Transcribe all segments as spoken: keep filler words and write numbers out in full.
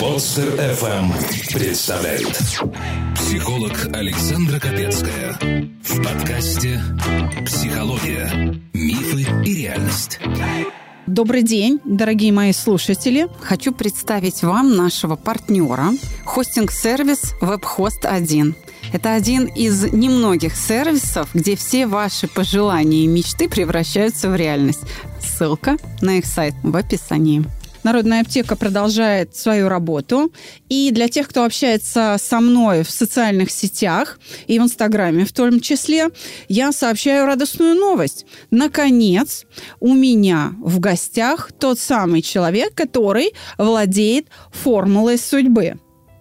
Подстер эф эм представляет психолог Александра Капецкая в подкасте «Психология. Мифы и реальность». Добрый день, дорогие мои слушатели. Хочу представить вам нашего партнера, хостинг-сервис веб-хост один. Это один из немногих сервисов, где все ваши пожелания и мечты превращаются в реальность. Ссылка на их сайт в описании. Народная аптека продолжает свою работу. И для тех, кто общается со мной в социальных сетях и в Инстаграме в том числе, я сообщаю радостную новость. Наконец, у меня в гостях тот самый человек, который владеет формулой судьбы.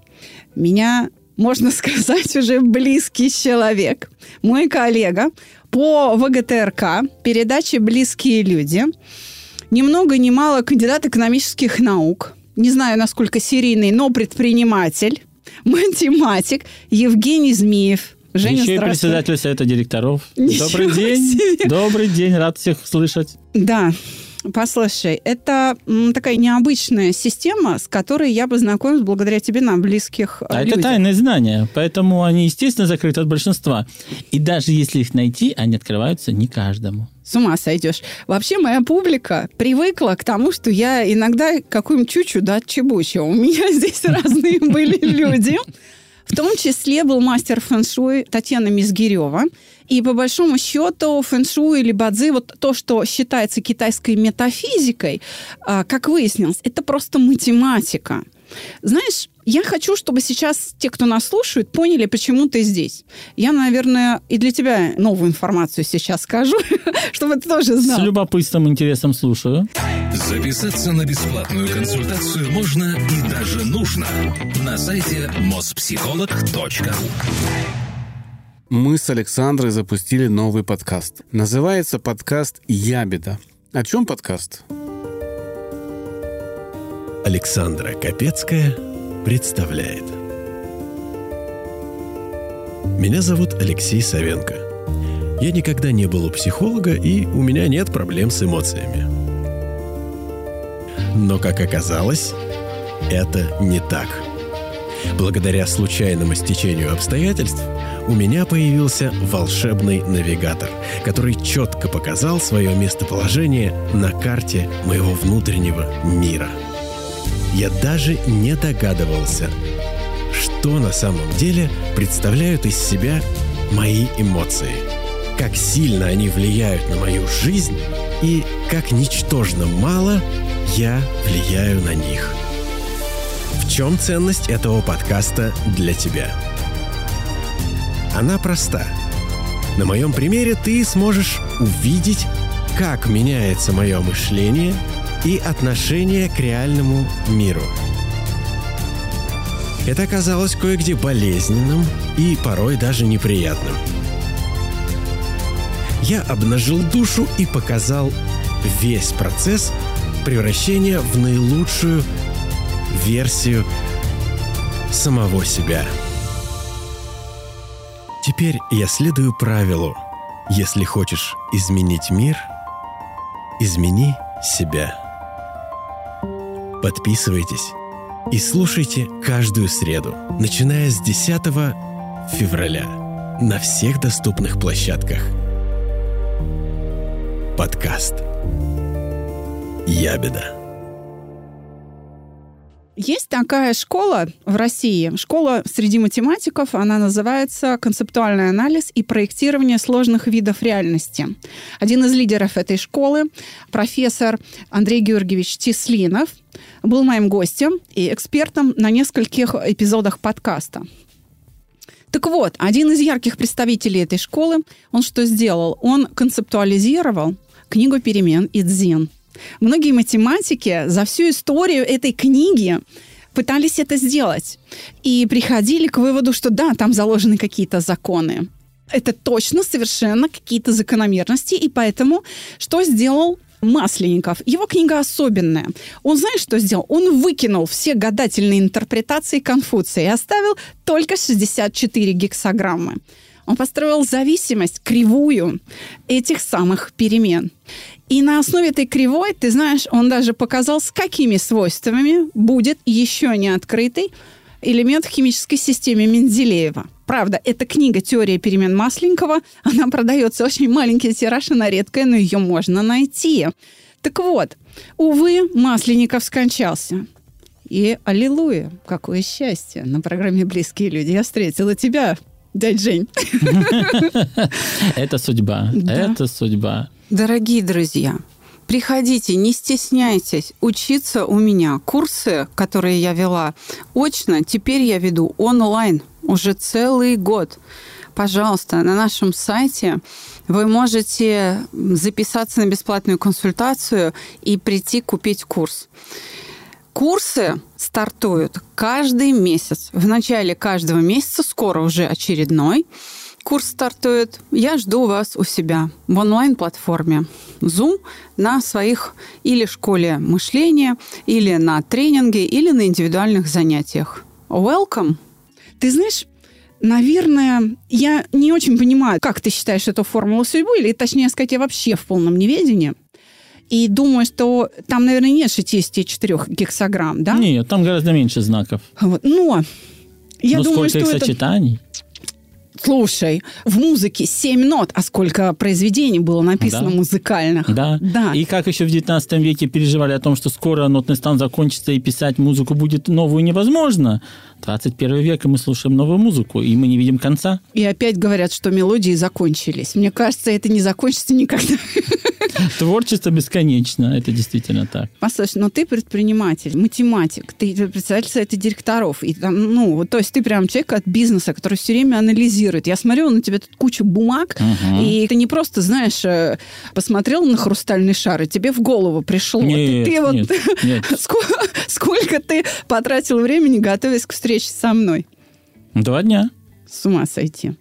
Меня, можно сказать, уже близкий человек. Мой коллега по вэ гэ тэ эр ка, передаче «Близкие люди», ни много ни мало кандидат экономических наук. Не знаю, насколько серийный, но предприниматель, математик Евгений Змеев. Женя, еще и председатель совета директоров. Ничего Добрый день. Себе. Добрый день, рад всех слышать. Да, послушай, это такая необычная система, с которой я познакомилась благодаря тебе на близких а людях. Это тайные знания, поэтому они, естественно, закрыты от большинства. И даже если их найти, они открываются не каждому. С ума сойдешь. Вообще моя публика привыкла к тому, что я иногда какую-нибудь чучу, да, отчебучу. У меня здесь разные были люди. В том числе был мастер фэн-шуй Татьяна Мизгирева. И по большому счету фэн-шуй или бадзи, вот то, что считается китайской метафизикой, как выяснилось, это просто математика. Знаешь, я хочу, чтобы сейчас те, кто нас слушает, поняли, почему ты здесь. Я, наверное, и для тебя новую информацию сейчас скажу, чтобы ты тоже знал. С любопытством и интересом слушаю. Записаться на бесплатную консультацию можно и даже нужно на сайте моспсихолог точка ру. Мы с Александрой запустили новый подкаст. Называется подкаст «Ябеда». О чем подкаст? Александра Капецкая представляет. Меня зовут Алексей Савенко. Я никогда не был у психолога, и у меня нет проблем с эмоциями. Но, как оказалось, это не так. Благодаря случайному стечению обстоятельств у меня появился волшебный навигатор, который четко показал свое местоположение на карте моего внутреннего мира. Я даже не догадывался, что на самом деле представляют из себя мои эмоции, как сильно они влияют на мою жизнь и как ничтожно мало я влияю на них. В чем ценность этого подкаста для тебя? Она проста. На моем примере ты сможешь увидеть, как меняется мое мышление и отношение к реальному миру. Это оказалось кое-где болезненным и порой даже неприятным. Я обнажил душу и показал весь процесс превращения в наилучшую версию самого себя. Теперь я следую правилу: если хочешь изменить мир, измени себя. Подписывайтесь и слушайте каждую среду, начиная с десятого февраля на всех доступных площадках. Подкаст «Ябеда». Есть такая школа в России, школа среди математиков, она называется «Концептуальный анализ и проектирование сложных видов реальности». Один из лидеров этой школы, профессор Андрей Георгиевич Теслинов, был моим гостем и экспертом на нескольких эпизодах подкаста. Так вот, один из ярких представителей этой школы, он что сделал? Он концептуализировал книгу перемен и дзен. Многие математики за всю историю этой книги пытались это сделать и приходили к выводу, что да, там заложены какие-то законы. Это точно совершенно какие-то закономерности, и поэтому что сделал Масленников? Его книга особенная. Он, знаешь, что сделал? Он выкинул все гадательные интерпретации Конфуция и оставил только шестьдесят четыре гексаграммы. Он построил зависимость, кривую этих самых перемен. И на основе этой кривой, ты знаешь, он даже показал, с какими свойствами будет еще не открытый элемент в химической системе Менделеева. Правда, эта книга «Теория перемен» Масленникова, она продается очень маленький тираж, она редкая, но ее можно найти. Так вот, увы, Масленников скончался. И аллилуйя, какое счастье. На программе «Близкие люди» я встретила тебя, дядь Жень. Это судьба, это судьба. Дорогие друзья, приходите, не стесняйтесь учиться у меня. Курсы, которые я вела очно, теперь я веду онлайн уже целый год. Пожалуйста, на нашем сайте вы можете записаться на бесплатную консультацию и прийти купить курс. Курсы стартуют каждый месяц. В начале каждого месяца, скоро уже очередной курс стартует. Я жду вас у себя в онлайн-платформе Zoom на своих или школе мышления, или на тренинге, или на индивидуальных занятиях. Welcome! Ты знаешь, наверное, я не очень понимаю, как ты считаешь эту формулу судьбы, или, точнее сказать, я вообще в полном неведении. И думаю, что там, наверное, нет шестьдесят четыре гексаграмм, да? Нет, там гораздо меньше знаков. Вот. Но я Но думаю, сколько что их это... сочетаний? Слушай, в музыке семь нот, а сколько произведений было написано Да. музыкальных. Да. Да. И как еще в девятнадцатом веке переживали о том, что скоро нотный стан закончится и писать музыку будет новую невозможно. двадцать первый век, и мы слушаем новую музыку, и мы не видим конца. И опять говорят, что мелодии закончились. Мне кажется, это не закончится никогда. Творчество бесконечно, это действительно так. Послушай, но ты предприниматель, математик, ты председатель совета директоров. И там, ну, то есть ты прям человек от бизнеса, который все время анализирует. Я смотрю, на тебя тут куча бумаг, Угу. и ты не просто, знаешь, посмотрел на хрустальный шар, и тебе в голову пришло. Нет, ты, ты вот нет, нет. Сколько, сколько ты потратил времени, готовясь к встрече со мной? Два дня. С ума сойти.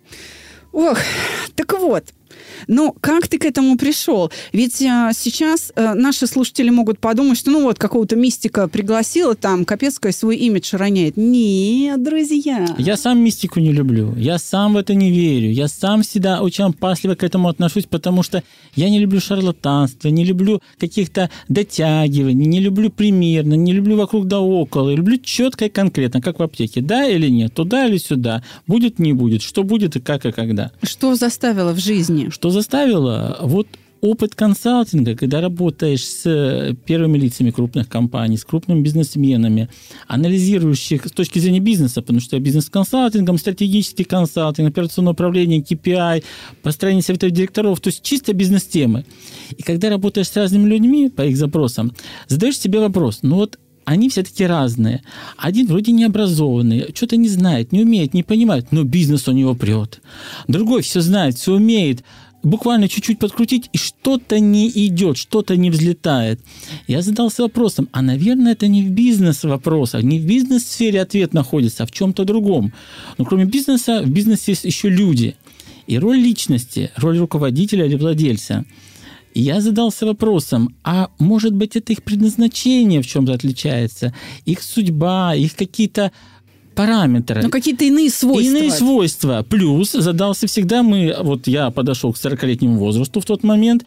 Ох, так вот. Ну, как ты к этому пришел? Ведь а, сейчас а, наши слушатели могут подумать, что ну вот какого-то мистика пригласила, там Капецкая свой имидж роняет. Нет, друзья. Я сам мистику не люблю. Я сам в это не верю. Я сам всегда очень опасливо к этому отношусь, потому что я не люблю шарлатанство, не люблю каких-то дотягиваний, не люблю примерно, не люблю вокруг да около. Я люблю четко и конкретно, как в аптеке. Да или нет, туда или сюда. Будет, не будет. Что будет и как и когда. Что заставило в жизни? Что заставило? Вот опыт консалтинга, когда работаешь с первыми лицами крупных компаний, с крупными бизнесменами, анализирующих с точки зрения бизнеса, потому что бизнес-консалтингом, стратегический консалтинг, операционное управление, кей пи ай, построение советов директоров, то есть чисто бизнес-темы. И когда работаешь с разными людьми по их запросам, задаешь себе вопрос, ну вот они все такие разные. Один вроде необразованный, что-то не знает, не умеет, не понимает, но бизнес у него прет. Другой все знает, все умеет, буквально чуть-чуть подкрутить, и что-то не идет, что-то не взлетает. Я задался вопросом, а, наверное, это не в бизнес-вопросах, не в бизнес-сфере ответ находится, а в чем-то другом. Но кроме бизнеса, в бизнесе есть еще люди. И роль личности, роль руководителя или владельца. И я задался вопросом, а может быть, это их предназначение в чем-то отличается, их судьба, их какие-то параметры. Ну, какие-то иные свойства. Иные свойства. Плюс задался всегда мы, вот я подошел к сорокалетнему возрасту в тот момент,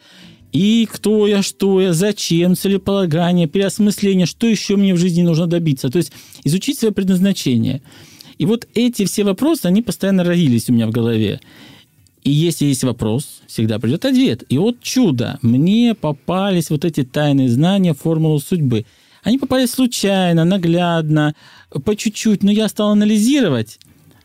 и кто я, что я, зачем, целеполагание, переосмысление, что еще мне в жизни нужно добиться. То есть изучить свое предназначение. И вот эти все вопросы, они постоянно роились у меня в голове. И если есть вопрос, всегда придет ответ. И вот чудо, мне попались вот эти тайные знания, формулы судьбы. Они попались случайно, наглядно, по чуть-чуть, но я стал анализировать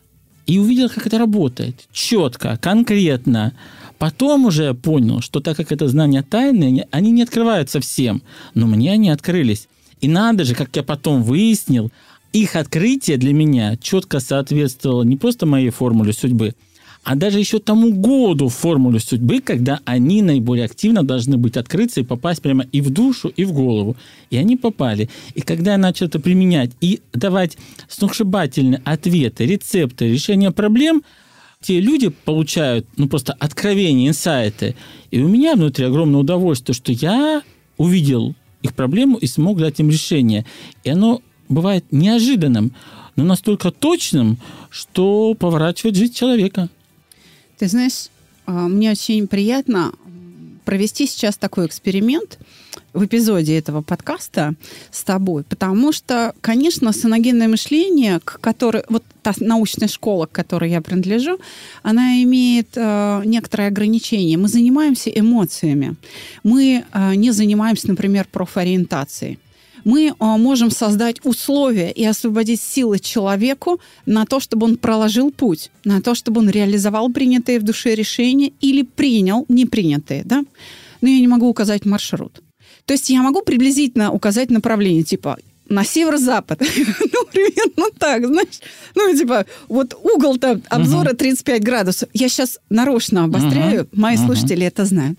и увидел, как это работает. Четко, конкретно. Потом уже я понял, что так как это знания тайные, они не открываются всем, но мне они открылись. И надо же, как я потом выяснил, их открытие для меня четко соответствовало не просто моей формуле судьбы, а даже еще тому году в формуле судьбы, когда они наиболее активно должны быть открыться и попасть прямо и в душу, и в голову. И они попали. И когда я начал это применять и давать сногсшибательные ответы, рецепты, решения проблем, те люди получают ну, просто откровения, инсайты. И у меня внутри огромное удовольствие, что я увидел их проблему и смог дать им решение. И оно бывает неожиданным, но настолько точным, что поворачивает жизнь человека. Ты знаешь, мне очень приятно провести сейчас такой эксперимент в эпизоде этого подкаста с тобой, потому что, конечно, саногенное мышление, к которой, вот та научная школа, к которой я принадлежу, она имеет э, некоторые ограничения. Мы занимаемся эмоциями, мы э, не занимаемся, например, профориентацией. Мы а, можем создать условия и освободить силы человеку на то, чтобы он проложил путь, на то, чтобы он реализовал принятые в душе решения или принял непринятые, да? Но я не могу указать маршрут. То есть я могу приблизительно указать направление, типа на северо-запад. Ну, примерно так, знаешь. Ну, типа, вот угол-то обзора тридцать пять градусов. Я сейчас нарочно обостряю, мои слушатели это знают.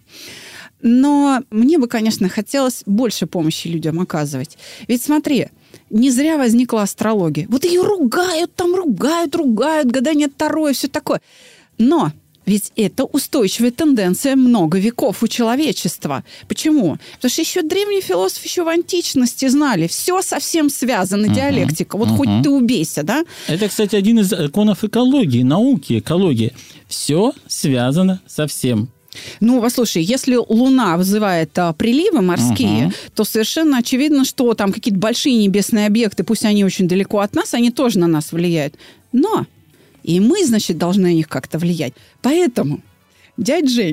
Но мне бы, конечно, хотелось больше помощи людям оказывать. Ведь смотри, не зря возникла астрология. Вот ее ругают, там ругают, ругают, гадание Таро и все такое. Но ведь это устойчивая тенденция много веков у человечества. Почему? Потому что еще древние философы еще в античности знали, все совсем связано, uh-huh, диалектика. Вот uh-huh. хоть ты убейся, да? Это, кстати, один из законов экологии, науки экологии. Все связано со всем. Ну, послушай, если Луна вызывает а, приливы морские, uh-huh. то совершенно очевидно, что там какие-то большие небесные объекты, пусть они очень далеко от нас, они тоже на нас влияют. Но и мы, значит, должны на них как-то влиять. Поэтому, дядь Жень,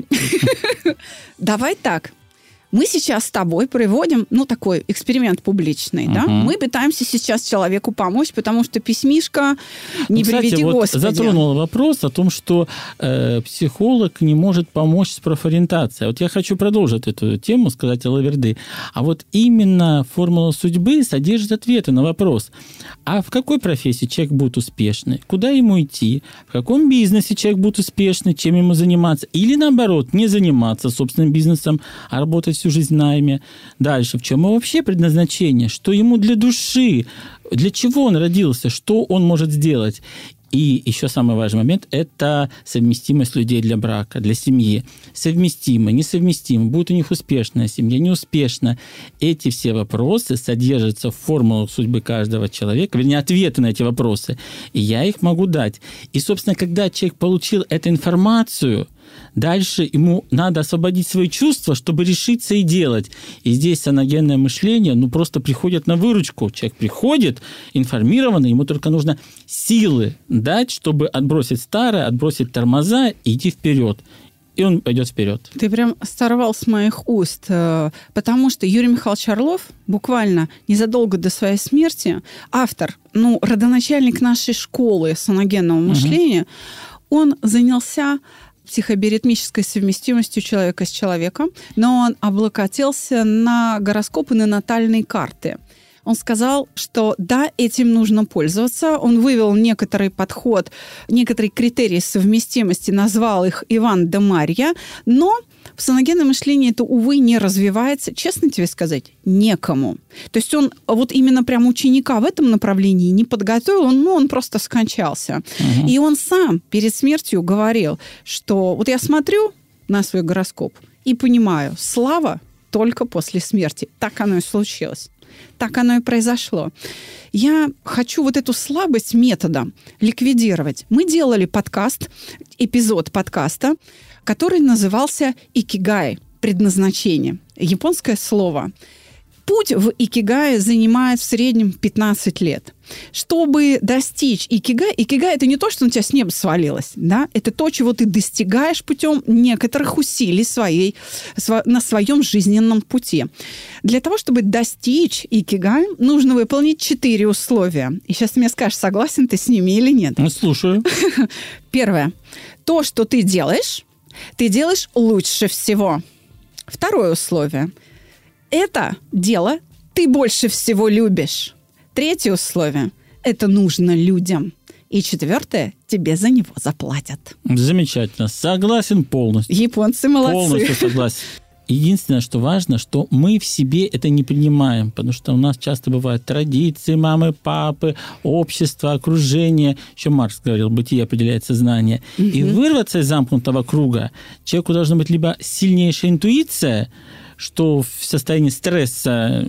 давай так. Мы сейчас с тобой проводим, ну, такой эксперимент публичный, uh-huh. да? Мы пытаемся сейчас человеку помочь, потому что письмишко не ну, приведи кстати, вот Господи. Затронул вопрос о том, что э, психолог не может помочь с профориентацией. Вот я хочу продолжить эту тему, сказать о лаверды. А вот именно формула судьбы содержит ответы на вопрос, а в какой профессии человек будет успешный, куда ему идти, в каком бизнесе человек будет успешный, чем ему заниматься, или наоборот, не заниматься собственным бизнесом, а работать всю жизнь в найме. Дальше, в чем его вообще предназначение, что ему для души, для чего он родился, что он может сделать. И еще самый важный момент – это совместимость людей для брака, для семьи. Совместимо, несовместимо, будет у них успешная семья, неуспешная. Эти все вопросы содержатся в формулах судьбы каждого человека, вернее, ответы на эти вопросы. И я их могу дать. И, собственно, когда человек получил эту информацию, дальше ему надо освободить свои чувства, чтобы решиться и делать. И здесь саногенное мышление, ну, просто приходит на выручку. Человек приходит информированный, ему только нужно силы дать, чтобы отбросить старое, отбросить тормоза и идти вперед. И он пойдет вперед. Ты прям сорвал с моих уст, потому что Юрий Михайлович Орлов буквально незадолго до своей смерти, автор, ну, родоначальник нашей школы саногенного мышления, угу. он занялся психобиоритмической совместимостью человека с человеком, но он облокотился на гороскопы, на натальные карты. Он сказал, что да, этим нужно пользоваться. Он вывел некоторый подход, некоторые критерии совместимости, назвал их Иван да Марья, но в саногенном мышлении это, увы, не развивается. Честно тебе сказать, некому. То есть он вот именно прям ученика в этом направлении не подготовил, он, ну, он просто скончался. Угу. И он сам перед смертью говорил, что вот я смотрю на свой гороскоп и понимаю, слава только после смерти. Так оно и случилось. Так оно и произошло. Я хочу вот эту слабость метода ликвидировать. Мы делали подкаст, эпизод подкаста, который назывался «Икигай. Предназначение». Японское слово. Путь в икигай занимает в среднем пятнадцать лет. Чтобы достичь икигай, икигай – это не то, что на тебя с неба свалилось, да? Это то, чего ты достигаешь путем некоторых усилий своей, на своем жизненном пути. Для того, чтобы достичь икигай, нужно выполнить четыре условия. И сейчас ты мне скажешь, согласен ты с ними или нет. Слушаю. Первое. То, что ты делаешь, ты делаешь лучше всего. Второе условие. Это дело ты больше всего любишь. Третье условие – это нужно людям. И четвертое – тебе за него заплатят. Замечательно. Согласен полностью. Японцы молодцы. Полностью согласен. Единственное, что важно, что мы в себе это не принимаем, потому что у нас часто бывают традиции, мамы, папы, общество, окружение. Еще Маркс говорил, бытие определяет сознание. Угу. И вырваться из замкнутого круга человеку должна быть либо сильнейшая интуиция, что в состоянии стресса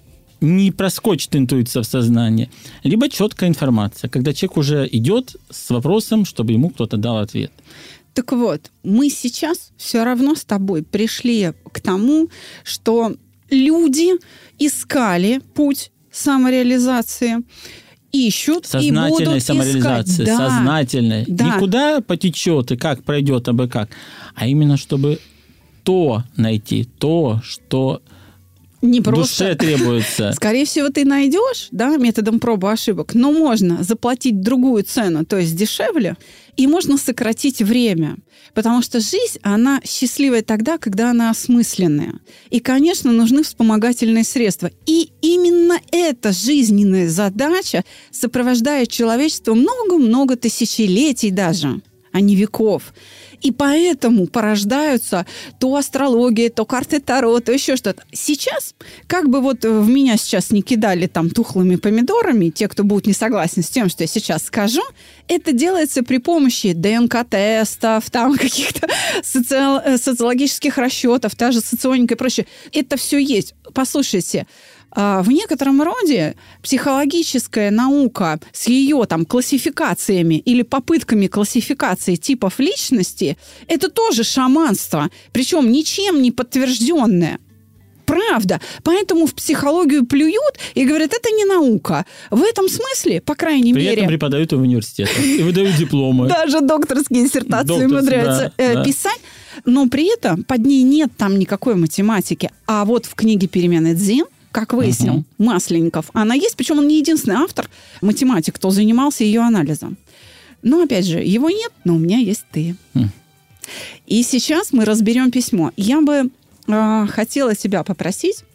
не проскочит интуиция в сознание, либо четкая информация, когда человек уже идет с вопросом, чтобы ему кто-то дал ответ. Так вот, мы сейчас все равно с тобой пришли к тому, что люди искали путь самореализации, ищут и будут самореализации, искать. Да. Сознательной. Да. Не куда потечет и как пройдет, абы как, а именно чтобы то найти, то, что не душе просто требуется. Скорее всего, ты найдешь, да, методом проб и ошибок, но можно заплатить другую цену, то есть дешевле, и можно сократить время. Потому что жизнь, она счастливая тогда, когда она осмысленная. И, конечно, нужны вспомогательные средства. И именно эта жизненная задача сопровождает человечество много-много тысячелетий даже, а не веков. И поэтому порождаются то астрология, то карты Таро, то еще что-то. Сейчас, как бы вот в меня сейчас не кидали там тухлыми помидорами, те, кто будут не согласны с тем, что я сейчас скажу, это делается при помощи ДНК-тестов, там каких-то соци... социологических расчетов, та же соционика и прочее. Это все есть. Послушайте, в некотором роде психологическая наука с ее там классификациями или попытками классификации типов личности – это тоже шаманство, причем ничем не подтвержденное. Правда. Поэтому в психологию плюют и говорят, это не наука. В этом смысле, по крайней При мере... При этом преподают в университетах и выдают дипломы. Даже докторские диссертации умудряются писать. Но при этом под ней нет там никакой математики. А вот в книге «Перемены Дзин», как выяснил uh-huh. Масленников, она есть, причем он не единственный автор, математик, кто занимался ее анализом. Но, опять же, его нет, но у меня есть ты. Uh-huh. И сейчас мы разберем письмо. Я бы э, хотела тебя попросить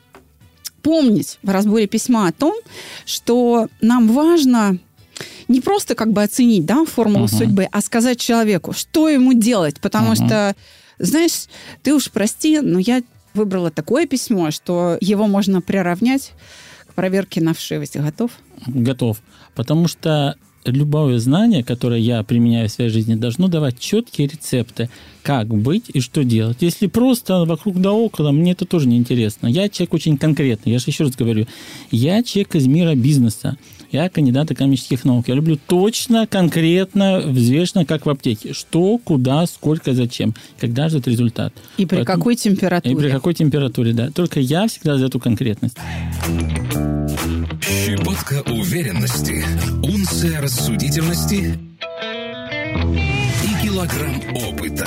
помнить в разборе письма о том, что нам важно не просто как бы оценить, да, формулу uh-huh. судьбы, а сказать человеку, что ему делать. Потому uh-huh. что, знаешь, ты уж прости, но я выбрала такое письмо, что его можно приравнять к проверке на вшивость. Готов? Готов. Потому что любое знание, которое я применяю в своей жизни, должно давать четкие рецепты, как быть и что делать. Если просто вокруг да около, мне это тоже неинтересно. Я человек очень конкретный. Я же еще раз говорю, я человек из мира бизнеса. Я кандидат экономических наук. Я люблю точно, конкретно, взвешенно, как в аптеке. Что, куда, сколько, зачем. Когда ждет результат. И при Поэтому... какой температуре. И при какой температуре, да. Только я всегда за эту конкретность. Щепотка уверенности, унция рассудительности и килограмм опыта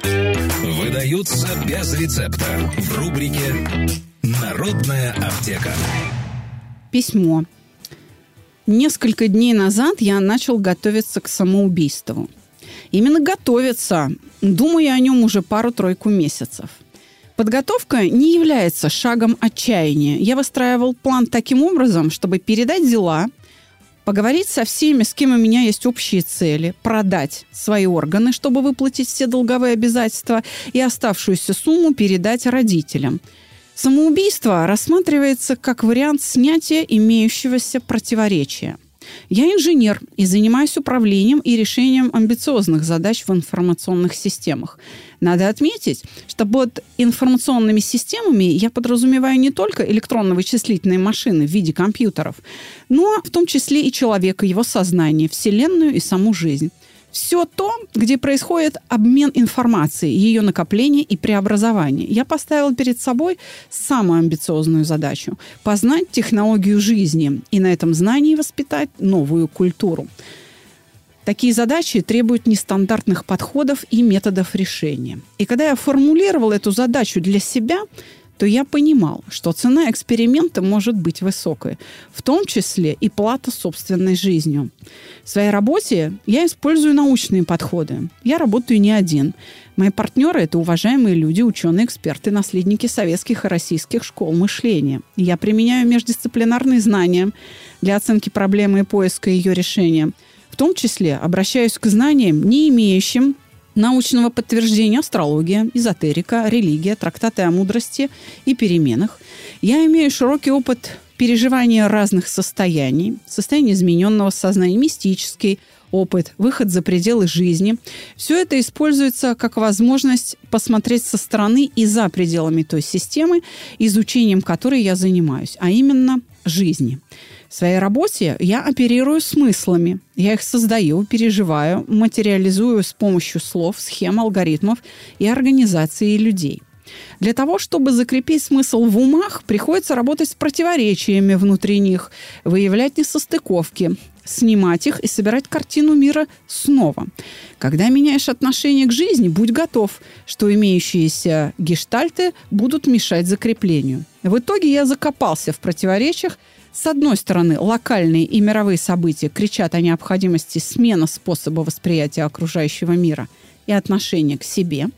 выдаются без рецепта в рубрике «Народная аптека». Письмо. Несколько дней назад я начал готовиться к самоубийству. Именно готовиться. Думаю о нем уже пару-тройку месяцев. Подготовка не является шагом отчаяния. Я выстраивал план таким образом, чтобы передать дела, поговорить со всеми, с кем у меня есть общие цели, продать свои органы, чтобы выплатить все долговые обязательства, и оставшуюся сумму передать родителям. Самоубийство рассматривается как вариант снятия имеющегося противоречия. Я инженер и занимаюсь управлением и решением амбициозных задач в информационных системах. Надо отметить, что под информационными системами я подразумеваю не только электронно-вычислительные машины в виде компьютеров, но в том числе и человека, его сознание, Вселенную и саму жизнь. Все то, где происходит обмен информацией, ее накопление и преобразование. Я поставила перед собой самую амбициозную задачу – познать технологию жизни и на этом знании воспитать новую культуру. Такие задачи требуют нестандартных подходов и методов решения. И когда я формулировала эту задачу для себя, то я понимал, что цена эксперимента может быть высокой, в том числе и плата собственной жизнью. В своей работе я использую научные подходы. Я работаю не один. Мои партнеры – это уважаемые люди, ученые, эксперты, наследники советских и российских школ мышления. Я применяю междисциплинарные знания для оценки проблемы и поиска ее решения. В том числе обращаюсь к знаниям, не имеющим научного подтверждения: астрология, эзотерика, религия, трактаты о мудрости и переменах. Я имею широкий опыт переживания разных состояний, состояние измененного сознания, мистический опыт, выход за пределы жизни. Все это используется как возможность посмотреть со стороны и за пределами той системы, изучением которой я занимаюсь, а именно жизни. В своей работе я оперирую смыслами. Я их создаю, переживаю, материализую с помощью слов, схем, алгоритмов и организации людей. Для того, чтобы закрепить смысл в умах, приходится работать с противоречиями внутри них, выявлять несостыковки, снимать их и собирать картину мира снова. Когда меняешь отношение к жизни, будь готов, что имеющиеся гештальты будут мешать закреплению. В итоге я закопался в противоречиях. С одной стороны, локальные и мировые события кричат о необходимости смены способа восприятия окружающего мира и отношения к себе.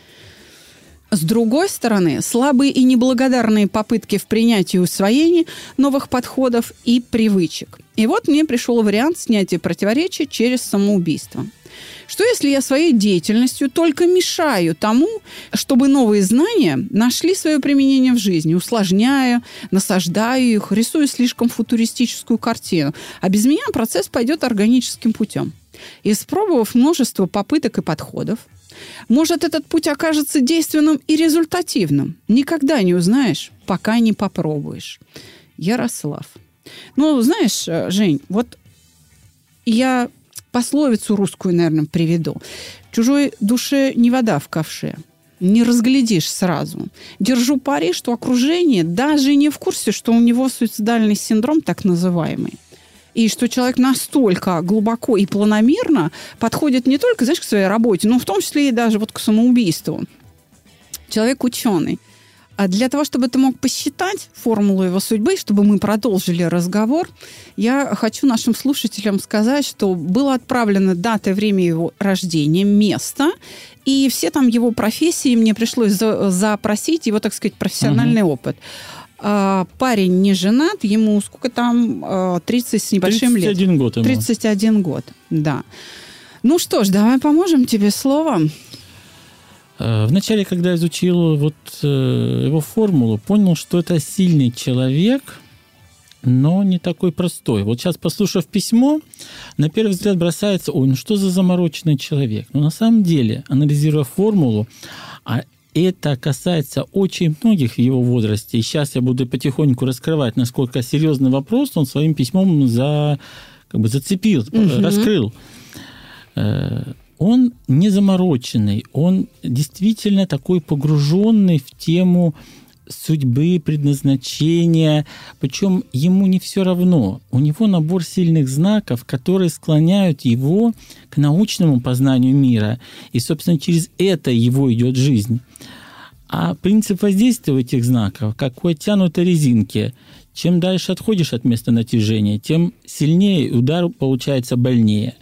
С другой стороны, слабые и неблагодарные попытки в принятии и усвоении новых подходов и привычек. И вот мне пришел вариант снятия противоречий через самоубийство. Что если я своей деятельностью только мешаю тому, чтобы новые знания нашли свое применение в жизни, усложняю, насаждаю их, рисую слишком футуристическую картину, а без меня процесс пойдет органическим путем. Испробовав множество попыток и подходов, может, этот путь окажется действенным и результативным. Никогда не узнаешь, пока не попробуешь. Ярослав. Ну, знаешь, Жень, вот я пословицу русскую, наверное, приведу. В чужой душе не вода в ковше. Не разглядишь сразу. Держу пари, что окружение даже не в курсе, что у него суицидальный синдром так называемый. И что человек настолько глубоко и планомерно подходит не только, знаешь, к своей работе, но в том числе и даже вот к самоубийству. Человек ученый. А для того, чтобы ты мог посчитать формулу его судьбы, чтобы мы продолжили разговор, я хочу нашим слушателям сказать, что было отправлено дата, время его рождения, место, и все там его профессии мне пришлось за- запросить, его, так сказать, профессиональный угу. опыт. Парень не женат, ему сколько там, тридцать с небольшим лет. тридцать один год ему. тридцать один год, да. Ну что ж, давай поможем тебе словом. Вначале, когда изучил вот его формулу, понял, что это сильный человек, но не такой простой. Вот сейчас, послушав письмо, на первый взгляд бросается, ой, ну что за замороченный человек. Но на самом деле, анализируя формулу, а это касается очень многих в его возрасте. И сейчас я буду потихоньку раскрывать, насколько серьезный вопрос он своим письмом за, как бы зацепил, угу. раскрыл. Он не замороченный, он действительно такой погруженный в тему судьбы, предназначения. Причем ему не все равно. У него набор сильных знаков, которые склоняют его к научному познанию мира. И, собственно, через это его идет жизнь. А принцип воздействия этих знаков, как у оттянутой резинки. Чем дальше отходишь от места натяжения, тем сильнее удар получается больнее.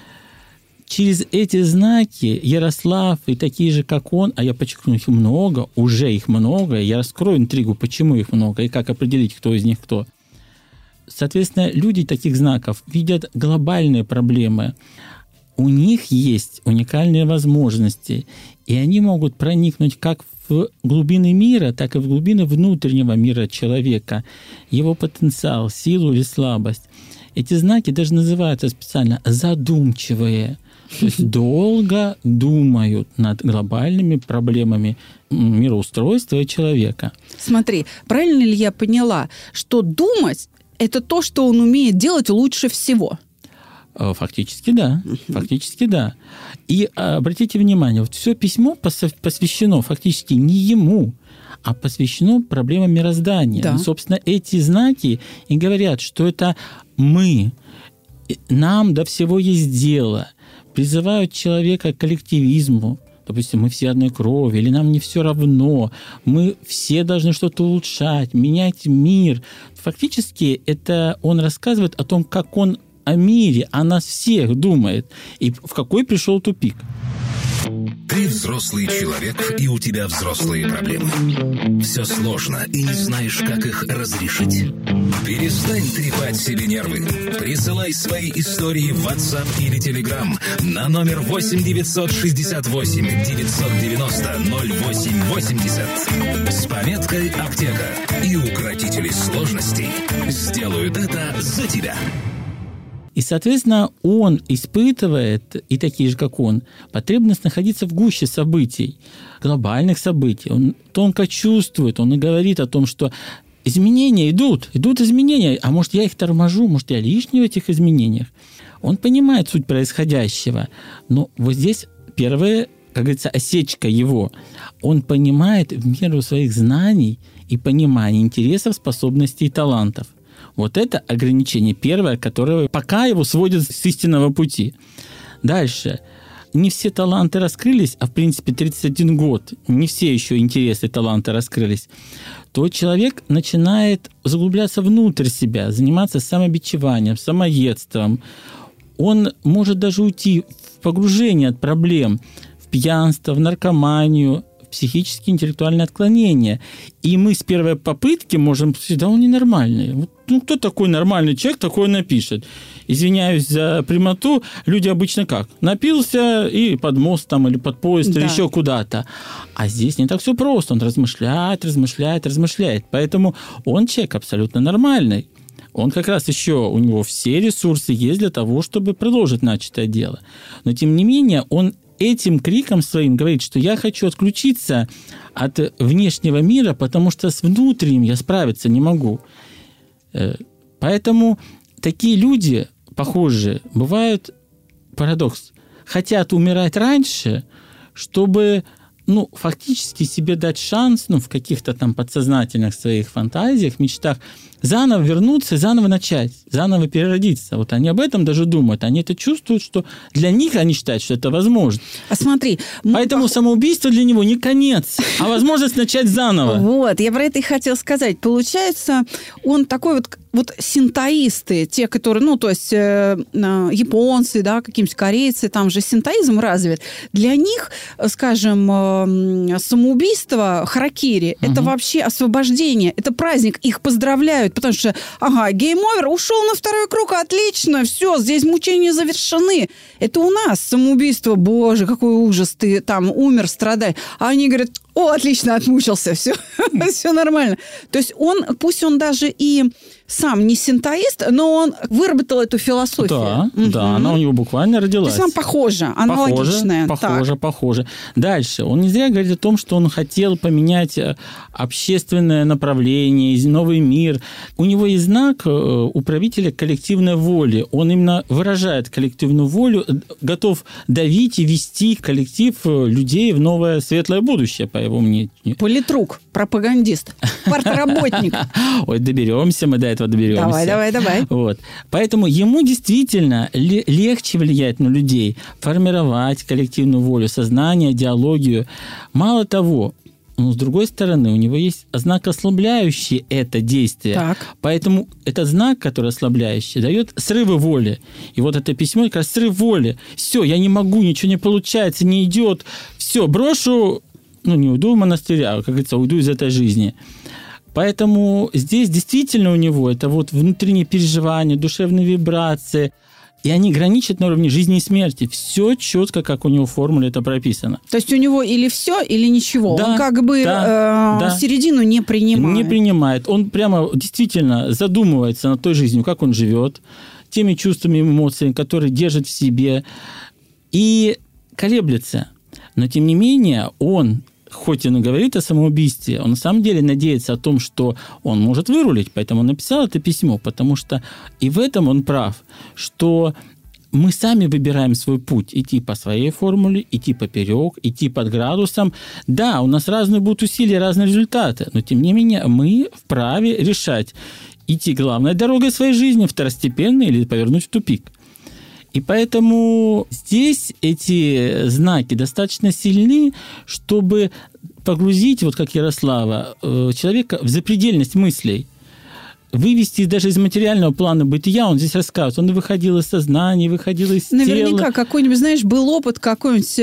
Через эти знаки Ярослав и такие же, как он, а я подчеркну, их много, уже их много, я раскрою интригу, почему их много и как определить, кто из них кто. Соответственно, люди таких знаков видят глобальные проблемы. У них есть уникальные возможности, и они могут проникнуть как в глубины мира, так и в глубины внутреннего мира человека, его потенциал, силу или слабость. Эти знаки даже называются специально задумчивые. То есть долго думают над глобальными проблемами мироустройства и человека. Смотри, правильно ли я поняла, что думать – это то, что он умеет делать лучше всего? Фактически да. Фактически да. И обратите внимание, вот все письмо посвящено фактически не ему, а посвящено проблемам мироздания. Да. И, собственно, эти знаки и говорят, что это мы, нам до всего есть дело, призывают человека к коллективизму. Допустим, мы все одной крови, или нам не все равно, мы все должны что-то улучшать, менять мир. Фактически это он рассказывает о том, как он о мире, о нас всех думает, и в какой пришел тупик. Ты взрослый человек, и у тебя взрослые проблемы. Все сложно, и не знаешь, как их разрешить. Перестань трепать себе нервы. Присылай свои истории в WhatsApp или Telegram на номер восемь девятьсот шестьдесят восемь девятьсот девяносто ноль восемь восемьдесят с пометкой «Аптека». И укротители сложностей сделают это за тебя. И, соответственно, он испытывает, и такие же, как он, потребность находиться в гуще событий, глобальных событий. Он тонко чувствует, он и говорит о том, что изменения идут, идут изменения. А может, я их торможу, может, я лишний в этих изменениях. Он понимает суть происходящего. Но вот здесь первая, как говорится, осечка его. Он понимает в меру своих знаний и понимания интересов, способностей и талантов. Вот это ограничение первое, которое пока его сводит с истинного пути. Дальше. Не все таланты раскрылись, а в принципе тридцать один год, не все еще интересы, таланты раскрылись, то человек начинает заглубляться внутрь себя, заниматься самобичеванием, самоедством. Он может даже уйти в погружение от проблем, в пьянство, в наркоманию, в психические интеллектуальные отклонения. И мы с первой попытки можем сказать, да он ненормальный. Ну, кто такой нормальный человек, такое напишет? Извиняюсь за прямоту, люди обычно как? Напился и под мост там, или под поезд, да. или еще куда-то. А здесь не так все просто. Он размышляет, размышляет, размышляет. Поэтому он человек абсолютно нормальный. Он как раз еще, у него все ресурсы есть для того, чтобы продолжить начатое дело. Но, тем не менее, он этим криком своим говорит, что я хочу отключиться от внешнего мира, потому что с внутренним я справиться не могу. Поэтому такие люди, похожие, бывают, парадокс, хотят умирать раньше, чтобы, ну, фактически себе дать шанс, ну, в каких-то там подсознательных своих фантазиях, мечтах, заново вернуться, заново начать, заново переродиться. Вот они об этом даже думают. Они это чувствуют, что для них они считают, что это возможно. А смотри... Поэтому пох... самоубийство для него не конец, а возможность начать заново. Вот, я про это и хотела сказать. Получается, он такой вот... Вот синтоисты, те, которые, ну, то есть э, японцы, да, какие-нибудь корейцы, там же синтоизм развит. Для них, скажем, э, самоубийство, харакири, uh-huh. это вообще освобождение, это праздник, их поздравляют, потому что, ага, гейм-овер, ушел на второй круг, отлично, все, здесь мучения завершены. Это у нас самоубийство, боже, какой ужас, ты там умер, страдай. А они говорят, о, отлично, отмучился, все, все нормально. То есть он, пусть он даже и сам не синтоист, но он выработал эту философию. Да, угу. да, она у него буквально родилась. То есть она похожа, аналогичная. Похоже, похоже, похоже. Дальше. Он не зря говорит о том, что он хотел поменять общественное направление, новый мир. У него есть знак управителя коллективной воли. Он именно выражает коллективную волю, готов давить и вести коллектив людей в новое светлое будущее, по его мнению. Политрук, пропагандист, партработник. Ой, доберемся, мы до этого доберемся. Давай, давай, давай. Вот. Поэтому ему действительно легче влиять на людей, формировать коллективную волю, сознание, идеологию. Мало того, но с другой стороны, у него есть знак, ослабляющий это действие. Так. Поэтому этот знак, который ослабляющий, дает срывы воли. И вот это письмо как раз срыв воли. Все, я не могу, ничего не получается, не идет. Все, брошу, ну, не уйду в монастырь, а, как говорится, уйду из этой жизни. Поэтому здесь действительно у него это вот внутренние переживания, душевные вибрации, и они граничат на уровне жизни и смерти. Все четко, как у него в формуле это прописано. То есть у него или все, или ничего. Да, он как бы да, э, да. середину не принимает. Не принимает. Он прямо действительно задумывается над той жизнью, как он живет, теми чувствами и эмоциями, которые держит в себе, и колеблется. Но, тем не менее, он... Хоть он и говорит о самоубийстве, он на самом деле надеется о том, что он может вырулить. Поэтому он написал это письмо, потому что и в этом он прав, что мы сами выбираем свой путь. Идти по своей формуле, идти поперек, идти под градусом. Да, у нас разные будут усилия, разные результаты, но тем не менее мы вправе решать, идти главной дорогой своей жизни, второстепенной, или повернуть в тупик. И поэтому здесь эти знаки достаточно сильны, чтобы погрузить, вот как Ярослава, человека в запредельность мыслей. Вывести даже из материального плана бытия, он здесь рассказывает, он выходил из сознания, выходил из тела. Наверняка какой-нибудь, знаешь, был опыт какой-нибудь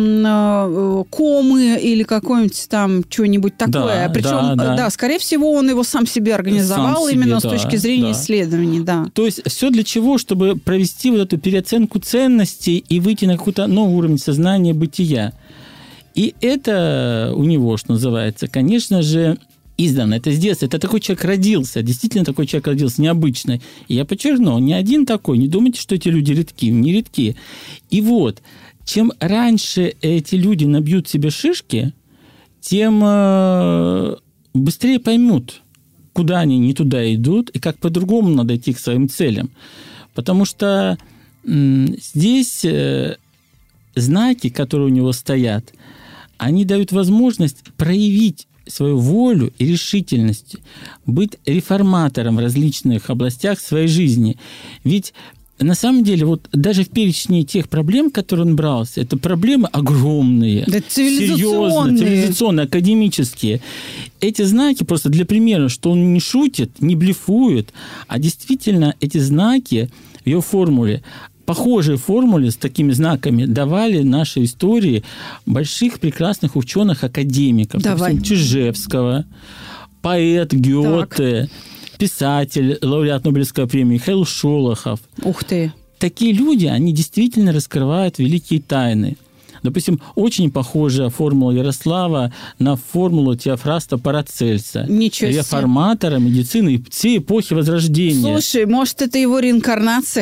э, комы или какой-нибудь там что-нибудь такое. Да, Причем, да, да. да, скорее всего, он его сам себе организовал сам именно себе, с точки зрения да. исследований. Да. То есть все для чего? Чтобы провести вот эту переоценку ценностей и выйти на какой-то новый уровень сознания, бытия. И это у него, что называется, конечно же, издавна, это с детства. Это такой человек родился, действительно такой человек родился, необычный. И я подчеркну, он не один такой. Не думайте, что эти люди редки, не редки. И вот, чем раньше эти люди набьют себе шишки, тем быстрее поймут, куда они не туда идут, и как по-другому надо идти к своим целям. Потому что м, здесь э, знаки, которые у него стоят, они дают возможность проявить свою волю и решительность, быть реформатором в различных областях своей жизни. Ведь на самом деле, вот даже в перечне тех проблем, которые он брался, это проблемы огромные, да, цивилизационные. серьезные, цивилизационные, академические. Эти знаки, просто для примера, что он не шутит, не блефует, а действительно эти знаки в его формуле, похожие формулы с такими знаками давали нашей истории больших прекрасных ученых-академиков. Давай. Допустим, Чижевского, поэт Гёте, так. писатель, лауреат Нобелевской премии Михаил Шолохов. Ух ты! Такие люди, они действительно раскрывают великие тайны. Допустим, очень похожая формула Ярослава на формулу Теофраста Парацельса. Ничего себе. Реформатора медицины всей эпохи Возрождения. Слушай, может, это его реинкарнация?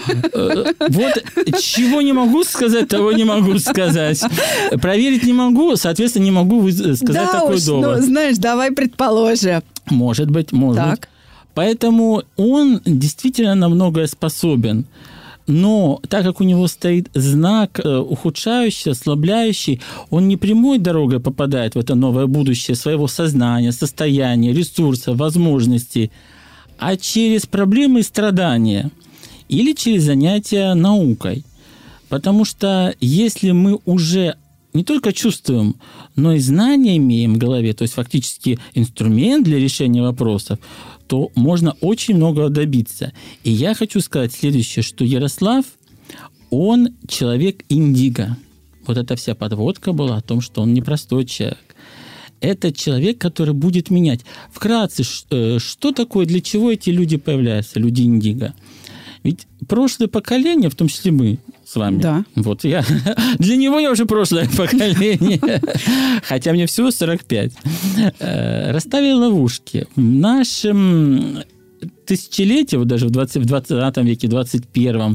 Вот чего не могу сказать, того не могу сказать. Проверить не могу, соответственно, не могу сказать такой довод. Ну, знаешь, давай предположим. Может быть, может быть. Поэтому он действительно на многое способен. Но так как у него стоит знак ухудшающий, ослабляющий, он не прямой дорогой попадает в это новое будущее своего сознания, состояния, ресурсов, возможностей, а через проблемы и страдания или через занятия наукой. Потому что если мы уже не только чувствуем, но и знания имеем в голове, то есть фактически инструмент для решения вопросов, то можно очень многого добиться. И я хочу сказать следующее, что Ярослав, он человек индиго. Вот эта вся подводка была о том, что он непростой человек. Это человек, который будет менять. Вкратце, что такое, для чего эти люди появляются, люди индиго? Ведь прошлое поколение, в том числе мы с вами, да. вот я, для него я уже прошлое поколение, хотя мне всего сорок пять, расставили ловушки. В нашем тысячелетии, вот даже в двадцатом веке, двадцать первом,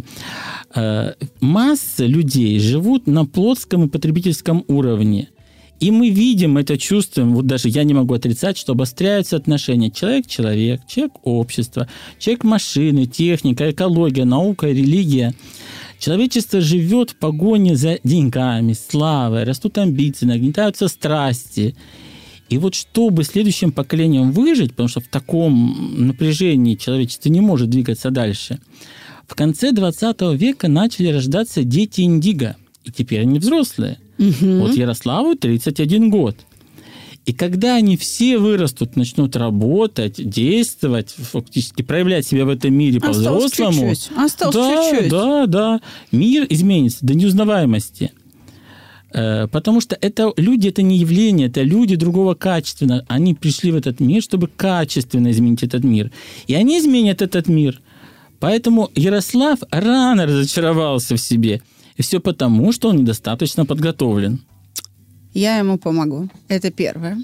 масса людей живут на плотском и потребительском уровне. И мы видим это, чувствуем, вот даже я не могу отрицать, что обостряются отношения человек-человек, человек-общество, человек-машины, техника, экология, наука, религия. Человечество живет в погоне за деньгами, славой, растут амбиции, нагнетаются страсти. И вот чтобы следующим поколениям выжить, потому что в таком напряжении человечество не может двигаться дальше, в конце двадцатого века начали рождаться дети индиго. И теперь они взрослые. Угу. Вот Ярославу тридцать один год. И когда они все вырастут, начнут работать, действовать, фактически проявлять себя в этом мире по-взрослому. Осталось чуть-чуть. Осталось да, чуть-чуть. Да, да. Мир изменится до неузнаваемости. Потому что это люди, это не явление, это люди другого качества. Они пришли в этот мир, чтобы качественно изменить этот мир. И они изменят этот мир. Поэтому Ярослав рано разочаровался в себе. И все потому, что он недостаточно подготовлен. Я ему помогу. Это первое.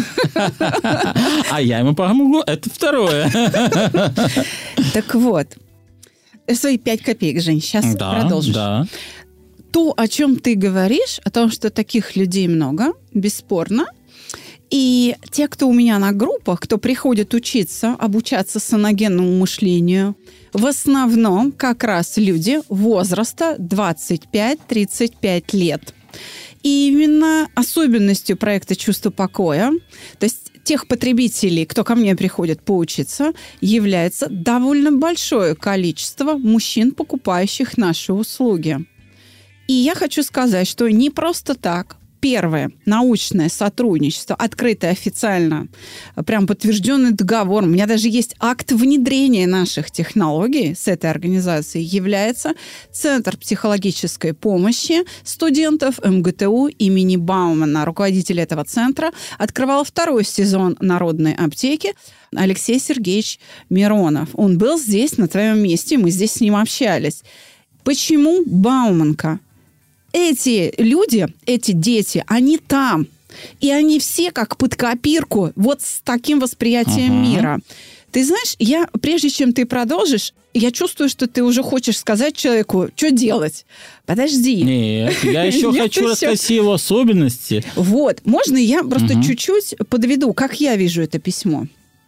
А я ему помогу. Это второе. Так вот. Свои пять копеек, Жень, сейчас да, продолжишь. Да. То, о чем ты говоришь, о том, что таких людей много, бесспорно. И те, кто у меня на группах, кто приходит учиться, обучаться саногенному мышлению, в основном как раз люди возраста двадцать пять - тридцать пять лет. И именно особенностью проекта «Чувство покоя», то есть тех потребителей, кто ко мне приходит поучиться, является довольно большое количество мужчин, покупающих наши услуги. И я хочу сказать, что не просто так. Первое, научное сотрудничество, открытое официально, прям подтвержденный договор. У меня даже есть акт внедрения наших технологий с этой организацией, является Центр психологической помощи студентов эм гэ тэ у имени Баумана. Руководитель этого центра открывал второй сезон «Народной аптеки» Алексей Сергеевич Миронов. Он был здесь, на твоем месте, мы здесь с ним общались. Почему Бауманка? Эти люди, эти дети, они там. И они все как под копирку, вот с таким восприятием uh-huh. мира. Ты знаешь, я, прежде чем ты продолжишь, я чувствую, что ты уже хочешь сказать человеку, что делать. Подожди. Нет, я еще хочу рассказать его особенности. Вот, можно я просто чуть-чуть подведу, как я вижу это письмо?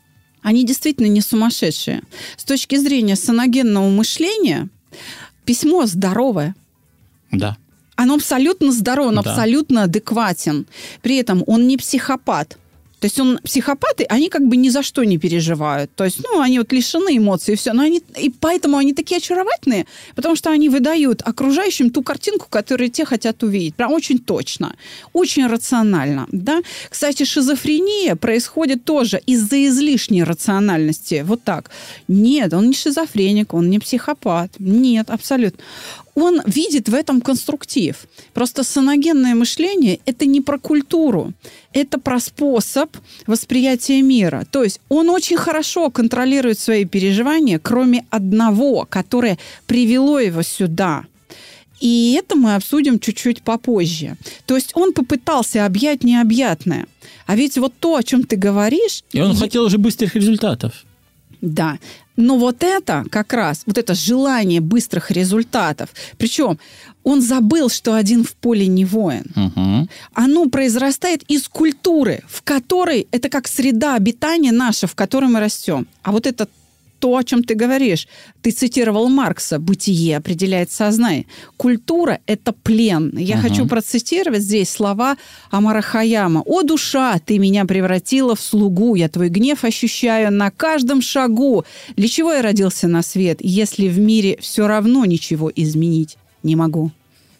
Они действительно не сумасшедшие. С точки зрения саногенного мышления, письмо здоровое. Да. Оно абсолютно здорово, он да. абсолютно адекватен. При этом он не психопат. То есть он, психопаты, они как бы ни за что не переживают. То есть, ну, они вот лишены эмоций и все. Но они, и поэтому они такие очаровательные, потому что они выдают окружающим ту картинку, которую те хотят увидеть. Прям очень точно, очень рационально. Да? Кстати, шизофрения происходит тоже из-за излишней рациональности. Вот так. Нет, он не шизофреник, он не психопат. Нет, абсолютно. Он видит в этом конструктив. Просто саногенное мышление – это не про культуру, это про способ восприятия мира. То есть он очень хорошо контролирует свои переживания, кроме одного, которое привело его сюда. И это мы обсудим чуть-чуть попозже. То есть он попытался объять необъятное. А ведь вот то, о чем ты говоришь... И он я... хотел уже быстрых результатов. Да. Но вот это как раз, вот это желание быстрых результатов, причем он забыл, что один в поле не воин. Угу. Оно произрастает из культуры, в которой, это как среда обитания наша, в которой мы растем. А вот это то, о чем ты говоришь. Ты цитировал Маркса. Бытие определяет сознание. Культура – это плен. Я uh-huh. хочу процитировать здесь слова Омара Хайяма. «О, душа, ты меня превратила в слугу. Я твой гнев ощущаю на каждом шагу. Для чего я родился на свет, если в мире все равно ничего изменить не могу?»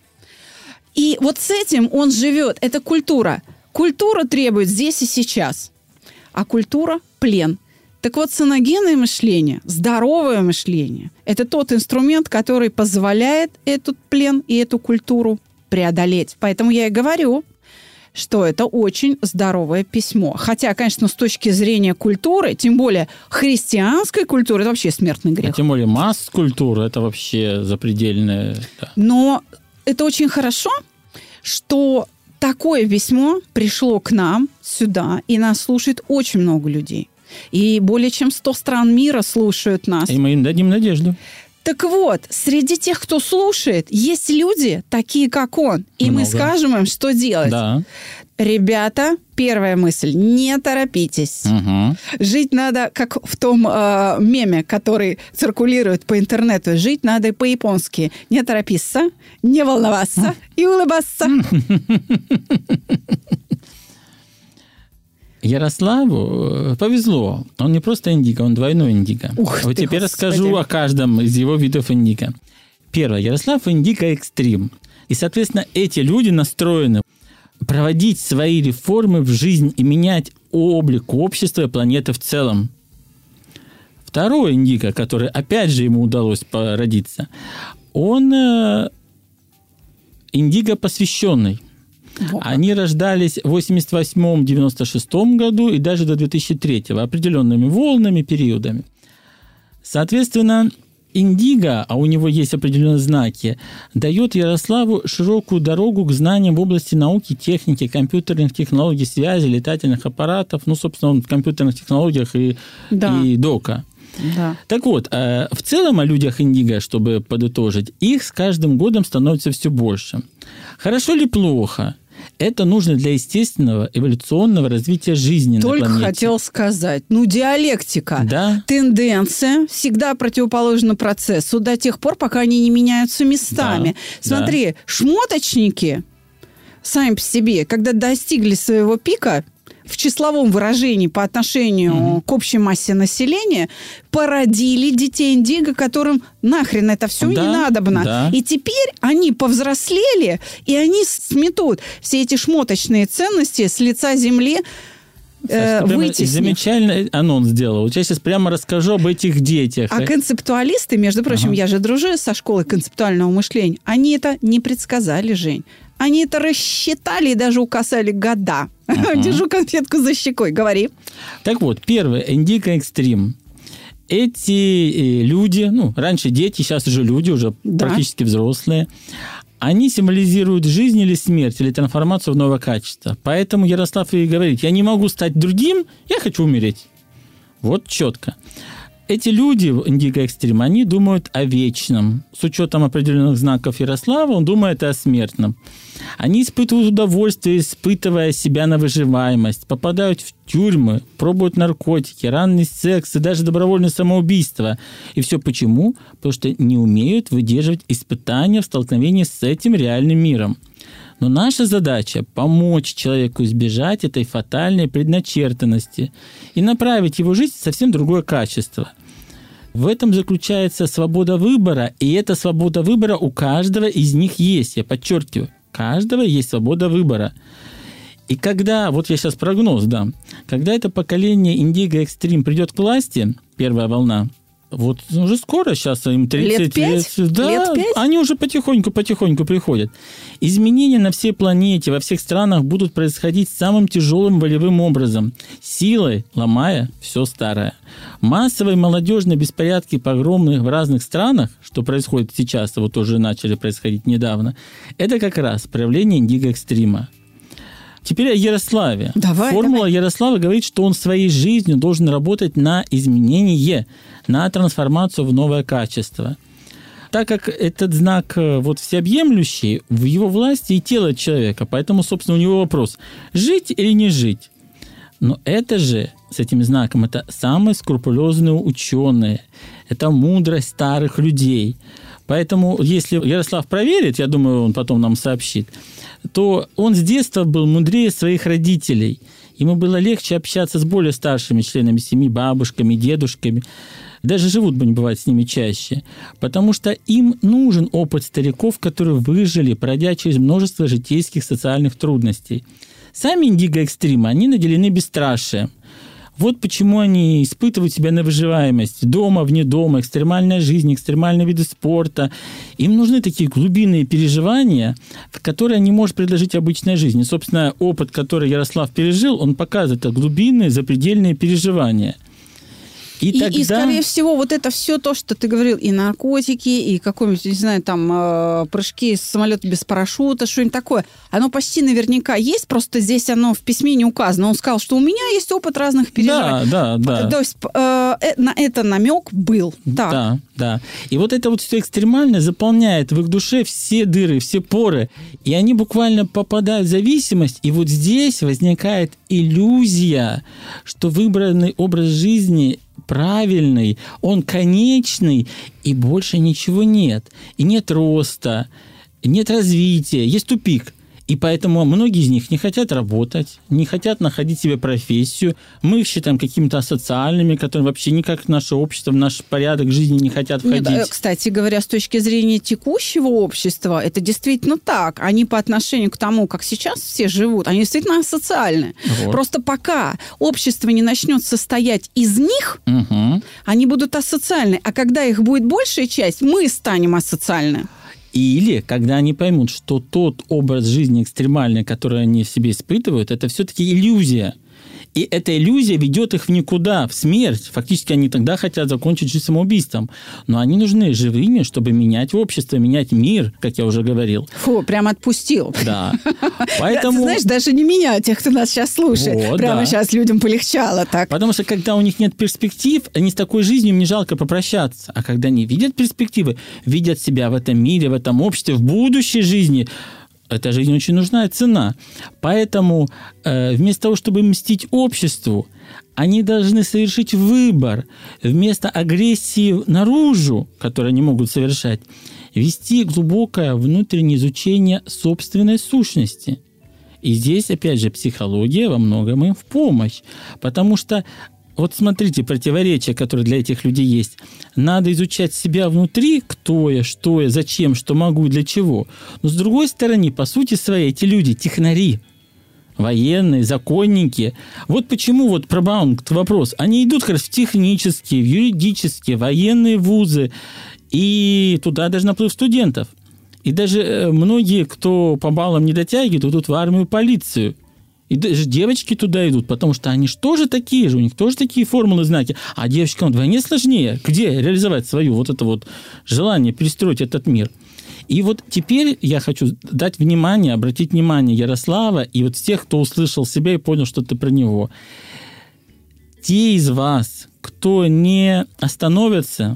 И вот с этим он живет. Это культура. Культура требует здесь и сейчас. А культура – плен. Так вот, саногенное мышление, здоровое мышление – это тот инструмент, который позволяет этот плен и эту культуру преодолеть. Поэтому я и говорю, что это очень здоровое письмо. Хотя, конечно, с точки зрения культуры, тем более христианской культуры, это вообще смертный грех. А тем более масс-культура – это вообще запредельное. Да. Но это очень хорошо, что такое письмо пришло к нам сюда, и нас слушает очень много людей. И более чем сто стран мира слушают нас. И мы им дадим надежду. Так вот, среди тех, кто слушает, есть люди, такие как он. И много. Мы скажем им, что делать. Да. Ребята, первая мысль, не торопитесь. Угу. Жить надо, как в том э, меме, который циркулирует по интернету, жить надо по-японски. Не торопиться, не волноваться и улыбаться. Ярославу повезло. Он не просто индиго, он двойной индиго. Ух вот ты, теперь Господи. Расскажу о каждом из его видов индиго. Первое. Ярослав индиго экстрим. И, соответственно, эти люди настроены проводить свои реформы в жизнь и менять облик общества и планеты в целом. Второй индиго, который, опять же, ему удалось породиться, он индиго посвященный. Вот. Они рождались в восемьдесят восьмом — девяносто шестом году и даже до две тысячи третьего определенными волнами, периодами. Соответственно, индиго, а у него есть определенные знаки, дает Ярославу широкую дорогу к знаниям в области науки, техники, компьютерных технологий, связи, летательных аппаратов, ну, собственно, он в компьютерных технологиях и, да. и дока. Да. Так вот, в целом о людях индиго, чтобы подытожить, их с каждым годом становится все больше. Хорошо ли плохо? Это нужно для естественного эволюционного развития жизни Только на планете. Только хотел сказать. Ну, диалектика. Да. Тенденция всегда противоположна процессу до тех пор, пока они не меняются местами. Да. Смотри, да. шмоточники сами по себе, когда достигли своего пика, в числовом выражении по отношению угу. к общей массе населения, породили детей индиго, которым нахрен это все да, не надобно. Да. И теперь они повзрослели, и они сметут все эти шмоточные ценности с лица земли, э, вытеснив. Замечательный анонс сделал. Вот я сейчас прямо расскажу об этих детях. А концептуалисты, между прочим, ага. я же дружу со школой концептуального мышления, они это не предсказали, Жень. Они это рассчитали и даже указали года. Uh-huh. Держу конфетку за щекой. Говори. Так вот, первое. Индиго экстрим. Эти люди, ну, раньше дети, сейчас уже люди, уже да. практически взрослые, они символизируют жизнь или смерть, или трансформацию в новое качество. Поэтому Ярослав и говорит, я не могу стать другим, я хочу умереть. Вот четко. эти люди, Индиго Экстрим, они думают о вечном. С учетом определенных знаков Ярослава, он думает о смертном. Они испытывают удовольствие, испытывая себя на выживаемость, попадают в тюрьмы, пробуют наркотики, ранний секс и даже добровольное самоубийство. И все почему? Потому что не умеют выдерживать испытания в столкновении с этим реальным миром. Но наша задача – помочь человеку избежать этой фатальной предначертанности и направить его жизнь в совсем другое качество. В этом заключается свобода выбора, и эта свобода выбора у каждого из них есть, я подчеркиваю. У каждого есть свобода выбора. И когда, вот я сейчас прогноз дам, когда это поколение Индиго Экстрим придет к власти, первая волна, вот уже скоро, сейчас им тридцать лет. лет да, лет пять? Они уже потихоньку-потихоньку приходят. Изменения на всей планете, во всех странах будут происходить самым тяжелым волевым образом, силой ломая все старое. Массовые молодежные беспорядки, погромы в разных странах, что происходит сейчас, вот тоже начали происходить недавно, это как раз проявление Индиго Экстрима. Теперь о Ярославе. Давай, Формула давай. Ярослава говорит, что он своей жизнью должен работать на изменение, на трансформацию в новое качество. Так как этот знак вот, всеобъемлющий, в его власти и тело человека, поэтому, собственно, у него вопрос, жить или не жить? Но это же, с этим знаком, это самые скрупулезные ученые, это мудрость старых людей. Поэтому, если Ярослав проверит, я думаю, он потом нам сообщит, то он с детства был мудрее своих родителей. Ему было легче общаться с более старшими членами семьи, бабушками, дедушками. Даже живут бы не бывает с ними чаще. Потому что им нужен опыт стариков, которые выжили, пройдя через множество житейских социальных трудностей. Сами Индиго Экстрима, они наделены бесстрашием. Вот почему они испытывают себя на выживаемость. Дома, вне дома, экстремальная жизнь, экстремальные виды спорта. Им нужны такие глубинные переживания, которые не может предложить обычная жизнь. И, собственно, опыт, который Ярослав пережил, он показывает это глубинные, запредельные переживания. И, и, тогда... и, скорее всего, вот это все то, что ты говорил, и наркотики, и какой-нибудь, не знаю, там, э, прыжки с самолета без парашюта, что-нибудь такое, оно почти наверняка есть, просто здесь оно в письме не указано. Он сказал, что у меня есть опыт разных переживаний. Да, да, да. То есть э, на это намек был. Так. Да, да. И вот это вот все экстремальное заполняет в их душе все дыры, все поры, и они буквально попадают в зависимость, и вот здесь возникает иллюзия, что выбранный образ жизни правильный, он конечный, и больше ничего нет. И нет роста, нет развития, есть тупик. И поэтому многие из них не хотят работать, не хотят находить себе профессию. Мы их считаем какими-то асоциальными, которые вообще никак в наше общество, в наш порядок жизни не хотят входить. Нет, кстати говоря, с точки зрения текущего общества, это действительно так. Они по отношению к тому, как сейчас все живут, они действительно асоциальны. Вот. Просто пока общество не начнет состоять из них, угу. они будут асоциальны. А когда их будет большая часть, мы станем асоциальны. Или когда они поймут, что тот образ жизни экстремальный, который они в себе испытывают, это все-таки иллюзия. И эта иллюзия ведет их в никуда, в смерть. Фактически они тогда хотят закончить жизнь самоубийством. Но они нужны живыми, чтобы менять общество, менять мир, как я уже говорил. Фу, прям отпустил. Да. Поэтому... Ты знаешь, даже не меня, тех, кто нас сейчас слушает. Вот, прямо да. сейчас людям полегчало так. Потому что когда у них нет перспектив, они с такой жизнью, им не жалко попрощаться. А когда они видят перспективы, видят себя в этом мире, в этом обществе, в будущей жизни, эта жизнь очень нужна, цена. Поэтому э, вместо того, чтобы мстить обществу, они должны совершить выбор. Вместо агрессии наружу, которую они могут совершать, вести глубокое внутреннее изучение собственной сущности. И здесь, опять же, психология во многом им в помощь. Потому что вот смотрите, противоречия, которые для этих людей есть. Надо изучать себя внутри, кто я, что я, зачем, что могу и для чего. Но с другой стороны, по сути своей, эти люди технари, военные, законники. Вот почему вот про Бауманг вопрос. Они идут как раз в технические, в юридические, военные вузы, и туда даже наплыв студентов. И даже многие, кто по баллам не дотягивают, идут в армию, полицию. И даже девочки туда идут, потому что они же тоже такие же, у них тоже такие формулы, знаки. А девочкам вдвойне сложнее. Где реализовать свое вот это вот желание перестроить этот мир? И вот теперь я хочу дать внимание, обратить внимание Ярослава и вот тех, кто услышал себя и понял что-то про него. Те из вас, кто не остановится,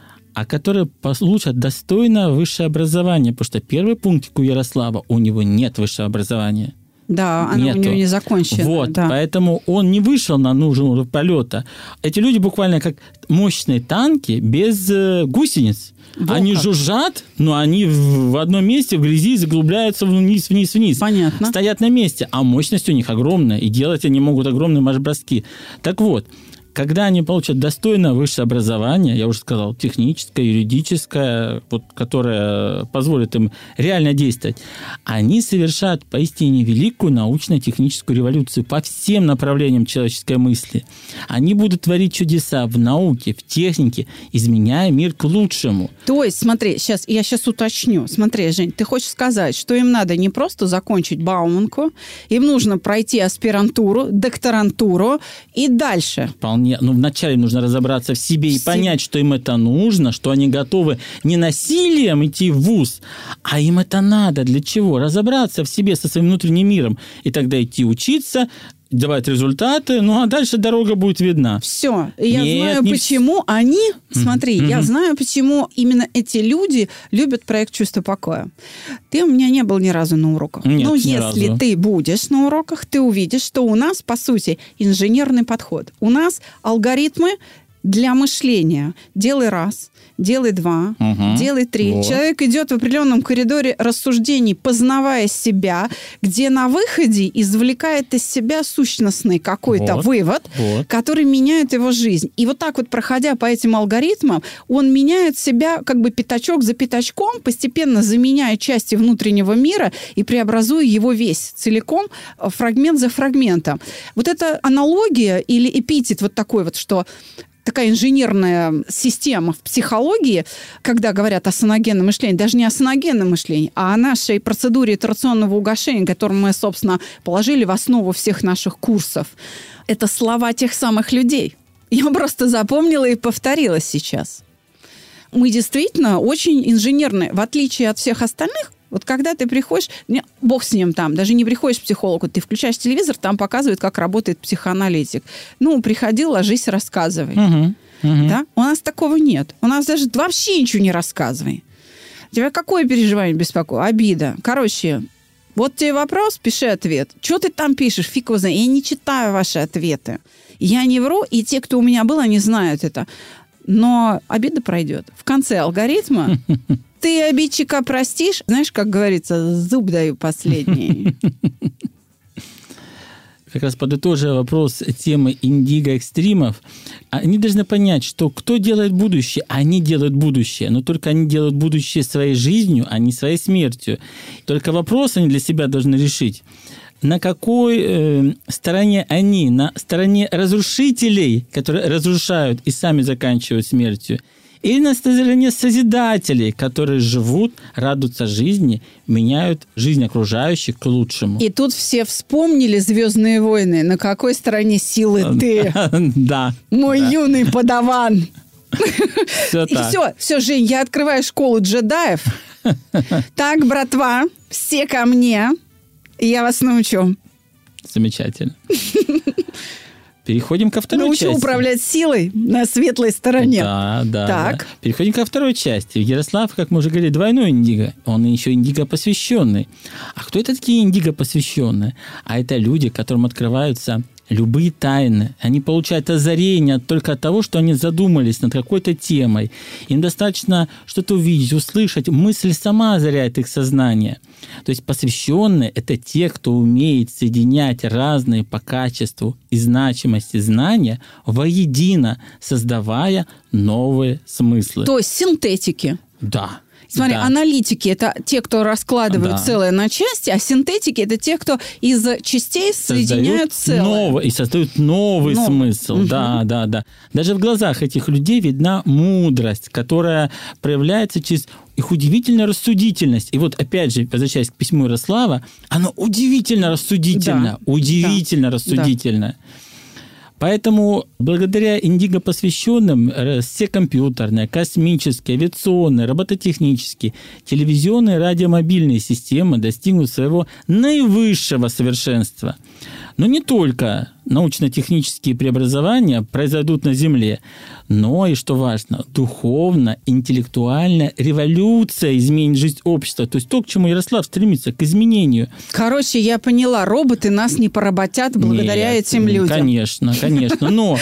а которые получат достойное высшее образование. Потому что первый пунктик у Ярослава, у него нет высшего образования. Да, оно Нету. у него не закончено. Вот, да. Поэтому он не вышел на нужный уровень полета. Эти люди буквально как мощные танки без э, гусениц. Во они как. жужжат, но они в, в одном месте в грязи заглубляются вниз, вниз, вниз. Понятно. Стоят на месте, а мощность у них огромная, и делать они могут огромные марш-броски. Так вот, когда они получат достойное высшее образование, я уже сказал, техническое, юридическое, вот, которое позволит им реально действовать, они совершат поистине великую научно-техническую революцию по всем направлениям человеческой мысли. Они будут творить чудеса в науке, в технике, изменяя мир к лучшему. То есть, смотри, сейчас, я сейчас уточню. Смотри, Жень, ты хочешь сказать, что им надо не просто закончить Бауманку, им нужно пройти аспирантуру, докторантуру и дальше. Вполне. Ну, вначале нужно разобраться в себе и Все. понять, что им это нужно, что они готовы не насилием идти в вуз, а им это надо. Для чего? Разобраться в себе со своим внутренним миром. И тогда идти учиться, давать результаты, ну а дальше дорога будет видна. Все. Я Нет, знаю, не почему они... Смотри, Мгм. я знаю, почему именно эти люди любят проект «Чувство покоя». Ты у меня не был ни разу на уроках. Нет, Но ни если разу. ты будешь на уроках, ты увидишь, что у нас, по сути, инженерный подход. У нас алгоритмы для мышления. Делай раз, делай два, Мгм. делай три. Вот. Человек идет в определенном коридоре рассуждений, познавая себя, где на выходе извлекает из себя сущностный какой-то Вот. вывод, Вот. который меняет его жизнь. И вот так вот, проходя по этим алгоритмам, он меняет себя как бы пятачок за пятачком, постепенно заменяя части внутреннего мира и преобразуя его весь целиком, фрагмент за фрагментом. Вот эта аналогия или эпитет вот такой вот, что такая инженерная система в психологии, когда говорят о саногенном мышлении, даже не о саногенном мышлении, а о нашей процедуре итерационного угошения, которую мы, собственно, положили в основу всех наших курсов. Это слова тех самых людей. Я просто запомнила и повторила сейчас. Мы действительно очень инженерные, в отличие от всех остальных. Вот когда ты приходишь, не, бог с ним там, даже не приходишь к психологу, ты включаешь телевизор, там показывают, как работает психоаналитик. Ну, приходил, ложись, рассказывай. Мгм. Мгм. Да? У нас такого нет. У нас даже вообще ничего не рассказывай. Тебя какое переживание беспокоит? Обида. Короче, вот тебе вопрос, пиши ответ. Что ты там пишешь? Фиг его знает. Я не читаю ваши ответы. Я не вру, и те, кто у меня был, они знают это. Но обида пройдет. В конце алгоритма ты обидчика простишь. Знаешь, как говорится, зуб даю последний. Как раз подытоживая вопрос темы индиго-экстримов, они должны понять, что кто делает будущее, они делают будущее, но только они делают будущее своей жизнью, а не своей смертью. Только вопрос они для себя должны решить, на какой э, стороне они, на стороне разрушителей, которые разрушают и сами заканчивают смертью, или на стороне созидателей, которые живут, радуются жизни, меняют жизнь окружающих к лучшему. И тут все вспомнили «Звездные войны». На какой стороне силы ты, Да. мой да. юный подаван? Все И так. все, все, Жень, я открываю школу джедаев. Так, братва, все ко мне. И я вас научу. Замечательно. Переходим ко второй Научу части. управлять силой на светлой стороне. Да, да, Так. да. Переходим ко второй части. Ярослав, как мы уже говорили, двойной индиго. Он еще индиго посвященный. А кто это такие индиго посвященные? А это люди, которым открываются любые тайны. Они получают озарение только от того, что они задумались над какой-то темой. Им достаточно что-то увидеть, услышать. Мысль сама озаряет их сознание. То есть посвященные – это те, кто умеет соединять разные по качеству и значимости знания воедино, создавая новые смыслы. То есть синтетики. Да. Смотри, да. аналитики – это те, кто раскладывают Да. целое на части, а синтетики – это те, кто из частей соединяют целое. новое, и создают новый Новый. смысл. Мгм. Да, да, да. Даже в глазах этих людей видна мудрость, которая проявляется через их удивительную рассудительность. И вот опять же, возвращаясь к письму Ярослава, оно удивительно рассудительно, Да. удивительно Да. рассудительно. Поэтому благодаря индиго-посвященным э, все компьютерные, космические, авиационные, робототехнические, телевизионные, радиомобильные системы достигнут своего наивысшего совершенства. Но не только научно-технические преобразования произойдут на Земле, но и, что важно, духовно-интеллектуальная революция изменит жизнь общества. То есть то, к чему Ярослав стремится, к изменению. Короче, я поняла, роботы нас не поработят благодаря Нет, этим людям. Конечно, конечно. Но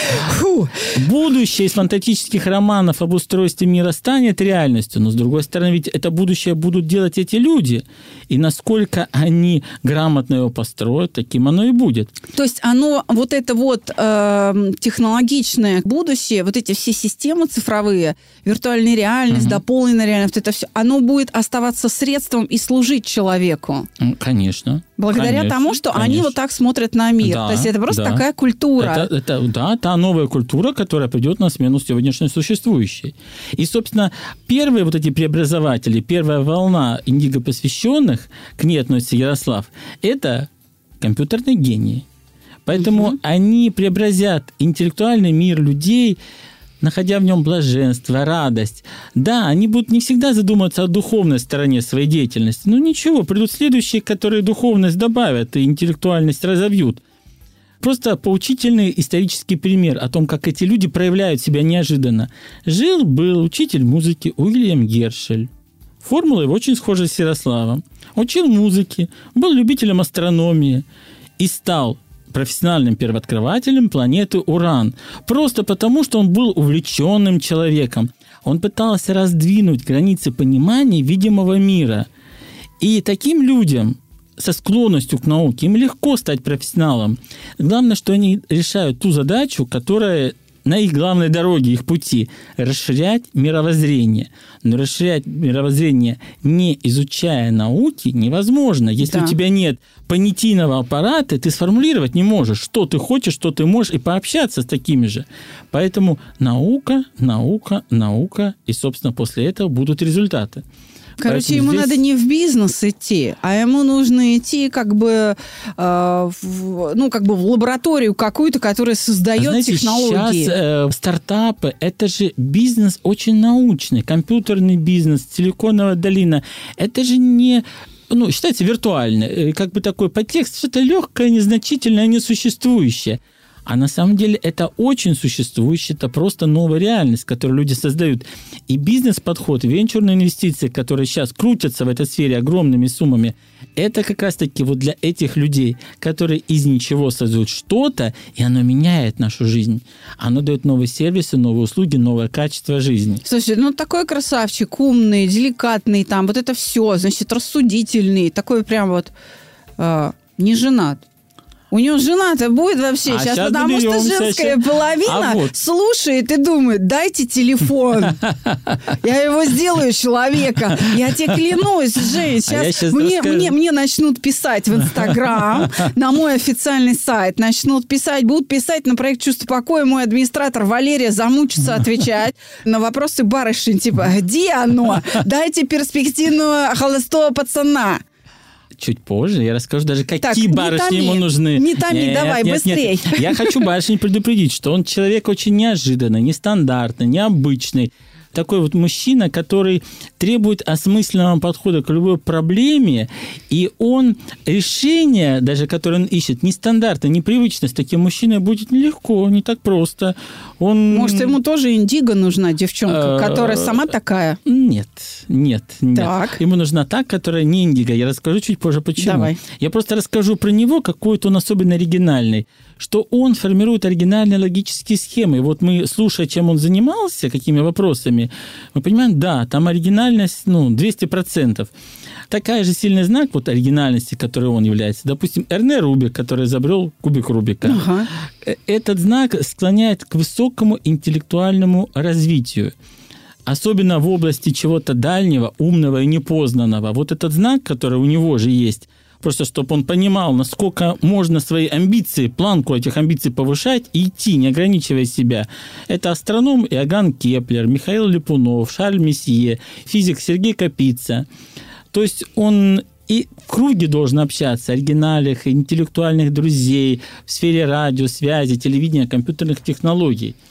будущее из фантастических романов об устройстве мира станет реальностью. Но, с другой стороны, ведь это будущее будут делать эти люди. И насколько они грамотно его построят, таким оно и будет. То есть оно, вот это вот э, технологичное будущее, вот эти все системы цифровые, виртуальная реальность, угу. дополненная реальность, вот это все, оно будет оставаться средством и служить человеку. Конечно. Благодаря конечно, тому, что конечно. они вот так смотрят на мир. Да, То есть это просто да. такая культура. Это, это, да, та новая культура, которая придет на смену сегодняшней существующей. И, собственно, первые вот эти преобразователи, первая волна индиго-посвященных, к ней относится Ярослав, это компьютерные гении. Поэтому угу. они преобразят интеллектуальный мир людей, находя в нем блаженство, радость. Да, они будут не всегда задумываться о духовной стороне своей деятельности. Но ничего, придут следующие, которые духовность добавят и интеллектуальность разовьют. Просто поучительный исторический пример о том, как эти люди проявляют себя неожиданно. Жил-был учитель музыки Уильям Гершель. Формула его очень схожа с Ярославом. Учил музыке, был любителем астрономии и стал профессиональным первооткрывателем планеты Уран. Просто потому, что он был увлеченным человеком. Он пытался раздвинуть границы понимания видимого мира. И таким людям со склонностью к науке им легко стать профессионалом. Главное, что они решают ту задачу, которая на их главной дороге, их пути – расширять мировоззрение. Но расширять мировоззрение, не изучая науки, невозможно. Если да. у тебя нет понятийного аппарата, ты сформулировать не можешь, что ты хочешь, что ты можешь, и пообщаться с такими же. Поэтому наука, наука, наука, и, собственно, после этого будут результаты. Короче, Поэтому ему здесь... надо не в бизнес идти, а ему нужно идти как бы, э, в, ну, как бы в лабораторию какую-то, которая создает Знаете, технологии. Сейчас э, стартапы – это же бизнес очень научный, компьютерный бизнес, Силиконовая долина. Это же не... Ну, считается виртуально, как бы такой подтекст, что-то легкое, незначительное, несуществующее. А на самом деле это очень существующее, это просто новая реальность, которую люди создают. И бизнес-подход, венчурные инвестиции, которые сейчас крутятся в этой сфере огромными суммами, это как раз-таки вот для этих людей, которые из ничего создают что-то, и оно меняет нашу жизнь. Оно дает новые сервисы, новые услуги, новое качество жизни. Слушай, ну такой красавчик, умный, деликатный, там, вот это все, значит, рассудительный, такой прям вот э, не женат. У него жена-то будет вообще а сейчас, сейчас потому что женская сейчас... половина а вот. слушает и думает, дайте телефон. Я его сделаю человека. Я тебе клянусь, Жень, сейчас, а сейчас мне, мне, мне начнут писать в Инстаграм, на мой официальный сайт, начнут писать, будут писать на проект «Чувство покоя». Мой администратор Валерия замучится отвечать на вопросы барышень, типа, где оно? Дайте перспективного холостого пацана. Чуть позже я расскажу даже, какие так, барышни ему нужны. Не томи, нет, давай, нет, быстрей. Нет. Я хочу барышню предупредить, что он человек очень неожиданный, нестандартный, необычный. Такой вот мужчина, который требует осмысленного подхода к любой проблеме, и он решение, даже которое он ищет, нестандартное, непривычное, с таким мужчиной будет нелегко, не так просто. Он... Может, ему тоже индиго нужна девчонка, которая сама такая? Нет, нет, нет. Так. Ему нужна та, которая не индиго. Я расскажу чуть позже, почему. Давай. Я просто расскажу про него, какой-то он особенно оригинальный, что он формирует оригинальные логические схемы. И вот мы, слушая, чем он занимался, какими вопросами, мы понимаем, да, там оригинальность, ну, двести процентов. Такая же сильный знак вот оригинальности, которой он является. Допустим, Эрне Рубик, который изобрел кубик Рубика. Ага. Этот знак склоняет к высокому интеллектуальному развитию. Особенно в области чего-то дальнего, умного и непознанного. Вот этот знак, который у него же есть, просто чтобы он понимал, насколько можно свои амбиции, планку этих амбиций повышать и идти, не ограничивая себя. Это астроном Иоганн Кеплер, Михаил Липунов, Шарль Месье, физик Сергей Капица. То есть он и в круге должен общаться, оригинальных, интеллектуальных друзей в сфере радио, связи, телевидения, компьютерных технологий.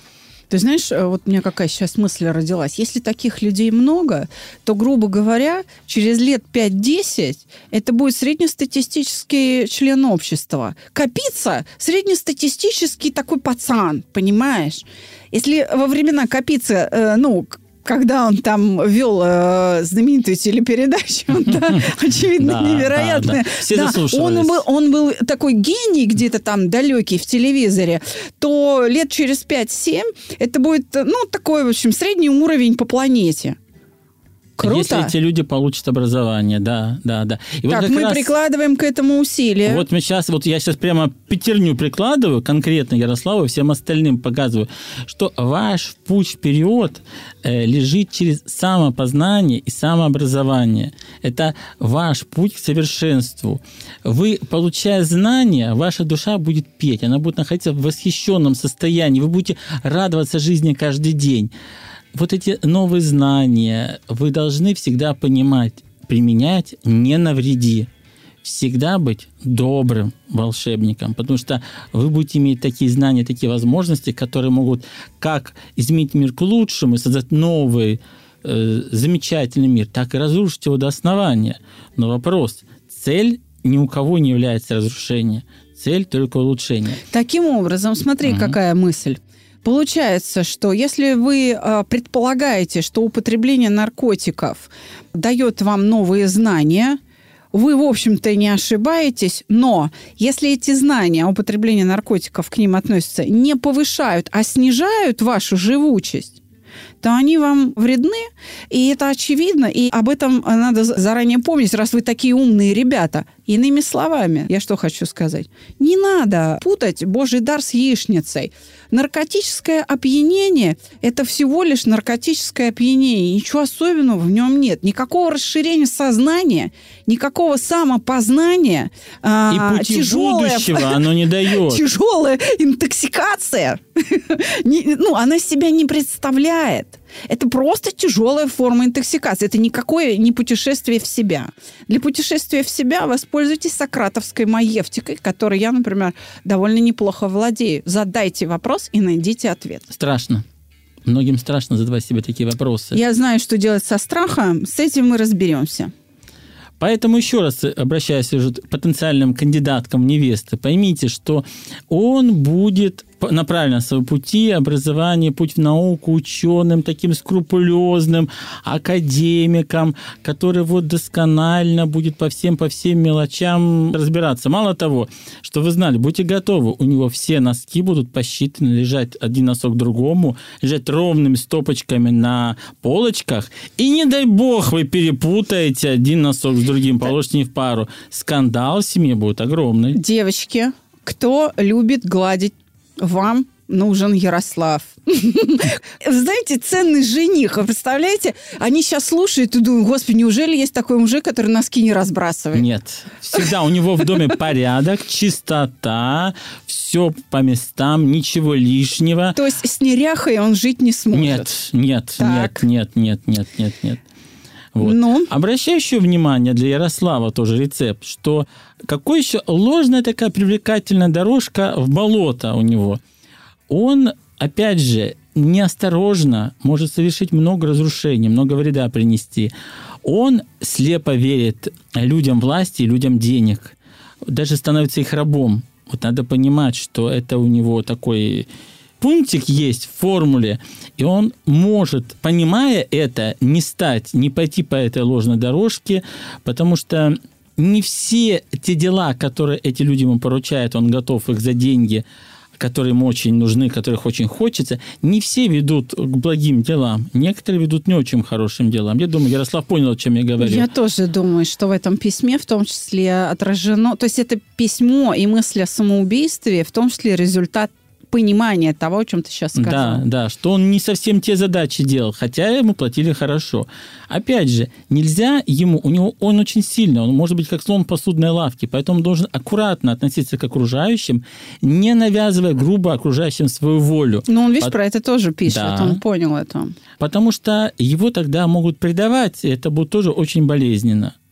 Ты знаешь, вот у меня какая сейчас мысль родилась. Если таких людей много, то, грубо говоря, через лет пять-десять это будет среднестатистический член общества. Капица – среднестатистический такой пацан, понимаешь? Если во времена Капицы, э, ну, когда он там вел э, знаменитую телепередачу, да, очевидно, невероятно. Он был, он был такой гений где-то там далекий в телевизоре, то лет через пять-семь это будет, ну, такой, в общем, средний уровень по планете. Круто. Если эти люди получат образование, да, да, да. И так, вот мы раз... прикладываем к этому усилия. Вот мы сейчас, вот я сейчас прямо пятерню прикладываю, конкретно Ярославу и всем остальным показываю, что ваш путь вперед э, лежит через самопознание и самообразование. Это ваш путь к совершенству. Вы, получая знания, ваша душа будет петь, она будет находиться в восхищенном состоянии, вы будете радоваться жизни каждый день. Вот эти новые знания вы должны всегда понимать, применять не навреди. Всегда быть добрым волшебником, потому что вы будете иметь такие знания, такие возможности, которые могут как изменить мир к лучшему и создать новый, э, замечательный мир, так и разрушить его до основания. Но вопрос, цель ни у кого не является разрушение, цель только улучшение. Таким образом, смотри, угу. какая мысль. Получается, что если вы э, предполагаете, что употребление наркотиков дает вам новые знания, вы, в общем-то, не ошибаетесь, но если эти знания о употреблении наркотиков к ним относятся, не повышают, а снижают вашу живучесть, то они вам вредны, и это очевидно, и об этом надо заранее помнить, раз вы такие умные ребята. Иными словами, я что хочу сказать? Не надо путать Божий дар с яичницей. Наркотическое опьянение – это всего лишь наркотическое опьянение. Ничего особенного в нем нет. Никакого расширения сознания, никакого самопознания. И пути тяжелая, будущего оно не дает. Тяжелая интоксикация, ну, она себя не представляет. Это просто тяжелая форма интоксикации. Это никакое не путешествие в себя. Для путешествия в себя воспользуйтесь сократовской маевтикой, которой я, например, довольно неплохо владею. Задайте вопрос и найдите ответ. Страшно. Многим страшно задавать себе такие вопросы. Я знаю, что делать со страхом. С этим мы разберемся. Поэтому еще раз обращаясь уже к потенциальным кандидаткам в невесты, поймите, что он будет на правильном своем пути образования, путь в науку, ученым, таким скрупулезным академиком, который вот досконально будет по всем, по всем мелочам разбираться. Мало того, что вы знали, будьте готовы, у него все носки будут посчитаны, лежать один носок к другому, лежать ровными стопочками на полочках, и не дай бог вы перепутаете один носок с другим, положите не в пару. Скандал в семье будет огромный. Девочки, кто любит гладить, вам нужен Ярослав. Знаете, ценный жених. Вы представляете? Они сейчас слушают и думают, господи, неужели есть такой мужик, который носки не разбрасывает? Нет. Всегда у него в доме порядок, чистота, все по местам, ничего лишнего. То есть с неряхой он жить не сможет? Нет, нет, так. нет, нет, нет, нет, нет, нет. Вот. Ну? Обращаю еще внимание для Ярослава тоже рецепт, что какой еще ложная такая привлекательная дорожка в болото у него. Он, опять же, неосторожно может совершить много разрушений, много вреда принести. Он слепо верит людям власти и людям денег. Даже становится их рабом. Вот надо понимать, что это у него такой пунктик есть в формуле, и он может, понимая это, не стать, не пойти по этой ложной дорожке, потому что не все те дела, которые эти люди ему поручают, он готов их за деньги, которые ему очень нужны, которых очень хочется, не все ведут к благим делам. Некоторые ведут не очень хорошим делам. Я думаю, Ярослав понял, о чем я говорю. Я тоже думаю, что в этом письме в том числе отражено... То есть это письмо и мысль о самоубийстве, в том числе результат понимание того, о чем ты сейчас сказал. Да, да, что он не совсем те задачи делал, хотя ему платили хорошо. Опять же, нельзя ему, у него он очень сильный, он может быть как слон в посудной лавке, поэтому он должен аккуратно относиться к окружающим, не навязывая грубо окружающим свою волю. Ну, он, видишь, По... про это тоже пишет, да. Он понял это. Потому что его тогда могут предавать, и это будет тоже очень болезненно.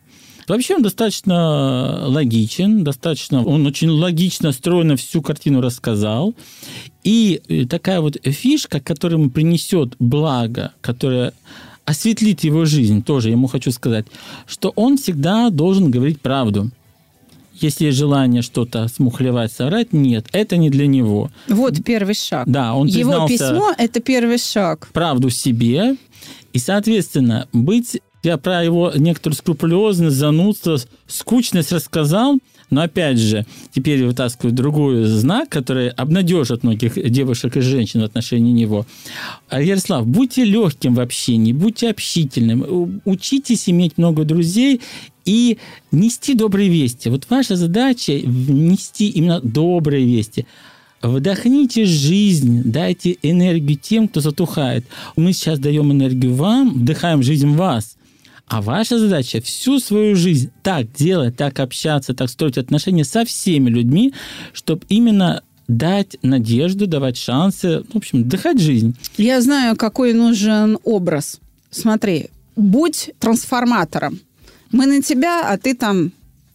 Вообще он достаточно логичен, достаточно, он очень логично, стройно всю картину рассказал. И такая вот фишка, которая ему принесет благо, которая осветлит его жизнь, тоже ему хочу сказать, что он всегда должен говорить правду. Если есть желание что-то смухлевать, соврать, нет, это не для него. Вот первый шаг. Да, он Его письмо – это первый шаг. Правду себе. И, соответственно, быть... Я про его некоторую скрупулезность, занудство, скучность рассказал, но, опять же, теперь вытаскиваю другой знак, который обнадежит многих девушек и женщин в отношении него. Ярослав, будьте легким в общении, будьте общительным, учитесь иметь много друзей и нести добрые вести. Вот ваша задача – нести именно добрые вести. Вдохните жизнь, дайте энергию тем, кто затухает. Мы сейчас даем энергию вам, вдыхаем жизнь в вас. А ваша задача всю свою жизнь так делать, так общаться, так строить отношения со всеми людьми, чтобы именно дать надежду, давать шансы, в общем, вдыхать жизнь. Я знаю, какой нужен образ. Смотри, будь трансформатором. Мы на тебя, а ты там...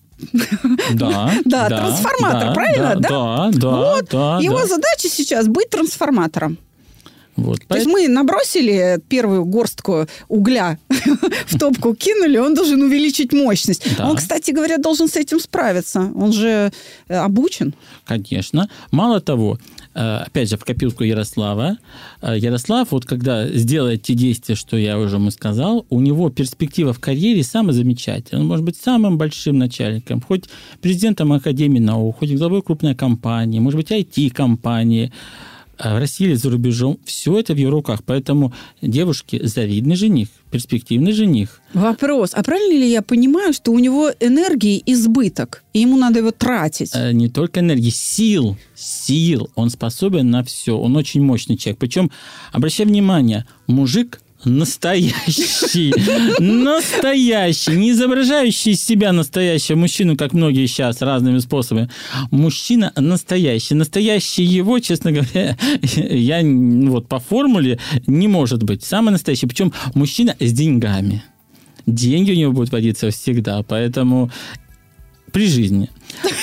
Да, да, трансформатор, правильно? Да, да, вот. да. Его задача сейчас быть трансформатором. Вот, То поэтому... есть мы набросили первую горстку угля в топку, кинули, он должен увеличить мощность. Да. Он, кстати говоря, должен с этим справиться. Он же обучен. Конечно. Мало того, опять же, в копилку Ярослава. Ярослав, вот когда сделает те действия, что я уже ему сказал, у него перспектива в карьере самая замечательная. Он может быть самым большим начальником, хоть президентом Академии наук, хоть главой крупной компании, может быть, ай ти-компании. В России или за рубежом, все это в его руках. Поэтому девушке завидный жених, перспективный жених. Вопрос, а правильно ли я понимаю, что у него энергии избыток, и ему надо его тратить? Не только энергии, сил, сил. Он способен на все. Он очень мощный человек. Причем, обращай внимание, мужик настоящий, настоящий, не изображающий из себя настоящего мужчину, как многие сейчас разными способами. Мужчина настоящий. Настоящий его, честно говоря, я вот по формуле не может быть. Самый настоящий. Причем мужчина с деньгами. Деньги у него будут водиться всегда, поэтому при жизни.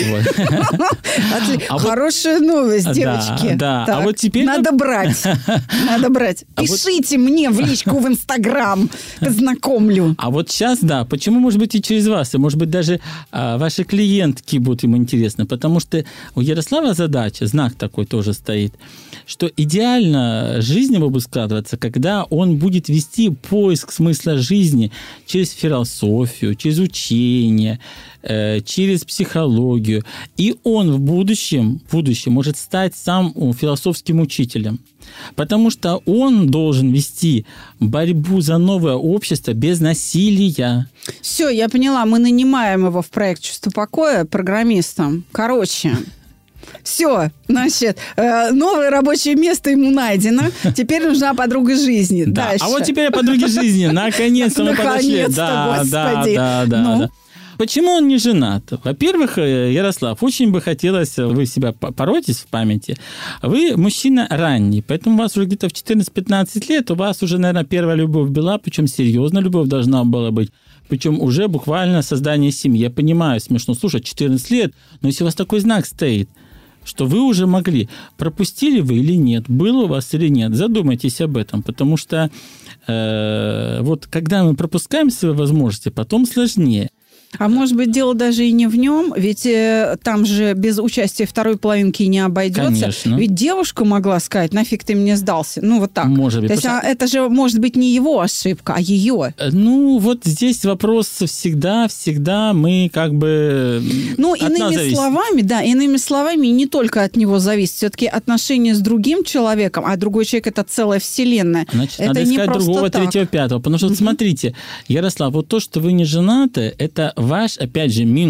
Хорошая новость, девочки. Да, а вот теперь... Надо брать. Надо брать. Пишите мне в личку в Инстаграм. Познакомлю. А вот сейчас, да, почему, может быть, и через вас, и, может быть, даже ваши клиентки будут ему интересны, потому что у Ярослава задача, знак такой тоже стоит, что идеально жизнь его будет складываться, когда он будет вести поиск смысла жизни через философию, через учение, через психологию. И он в будущем, в будущем может стать сам философским учителем. Потому что он должен вести борьбу за новое общество без насилия. Все, я поняла. Мы нанимаем его в проект «Чувство покоя» программистом. Короче... Все, значит, новое рабочее место ему найдено. Теперь нужна подруга жизни. Да. Дальше. А вот теперь подруги жизни. Наконец-то мы подошли. Да, да, да, да. Почему он не женат? Во-первых, Ярослав, очень бы хотелось, вы себя поротесь в памяти, вы мужчина ранний, поэтому у вас уже где-то в четырнадцать-пятнадцать лет, у вас уже, наверное, первая любовь была, причем серьезная любовь должна была быть. Причем уже буквально создание семьи. Я понимаю, смешно слушать, четырнадцать лет, но если у вас такой знак стоит, что вы уже могли, пропустили вы или нет, было у вас или нет, задумайтесь об этом, потому что э, вот когда мы пропускаем свои возможности, потом сложнее. А может быть, дело даже и не в нем, ведь э, там же без участия второй половинки не обойдется. Конечно. Ведь девушка могла сказать, нафиг ты мне сдался. Ну, вот так. Может быть. То есть а, это же может быть не его ошибка, а ее. Ну, вот здесь вопрос всегда, всегда мы как бы... Ну, иными словами, да, иными словами, не только от него зависит. Все-таки отношения с другим человеком, а другой человек – это целая вселенная. Значит, это надо не искать другого, так. третьего, пятого. Потому что, uh-huh. смотрите, Ярослав, вот то, что вы не женаты, это ваш, опять же, минус.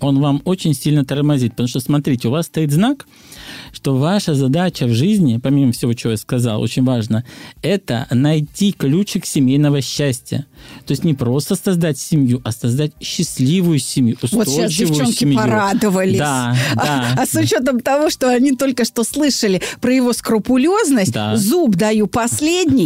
он вам очень сильно тормозит. Потому что, смотрите, у вас стоит знак, что ваша задача в жизни, помимо всего, чего я сказал, очень важно, это найти ключик семейного счастья. То есть не просто создать семью, а создать счастливую семью, устойчивую семью. Вот сейчас девчонки семью. Порадовались. Да, да. А, а с учетом того, что они только что слышали про его скрупулезность, да. зуб даю последний,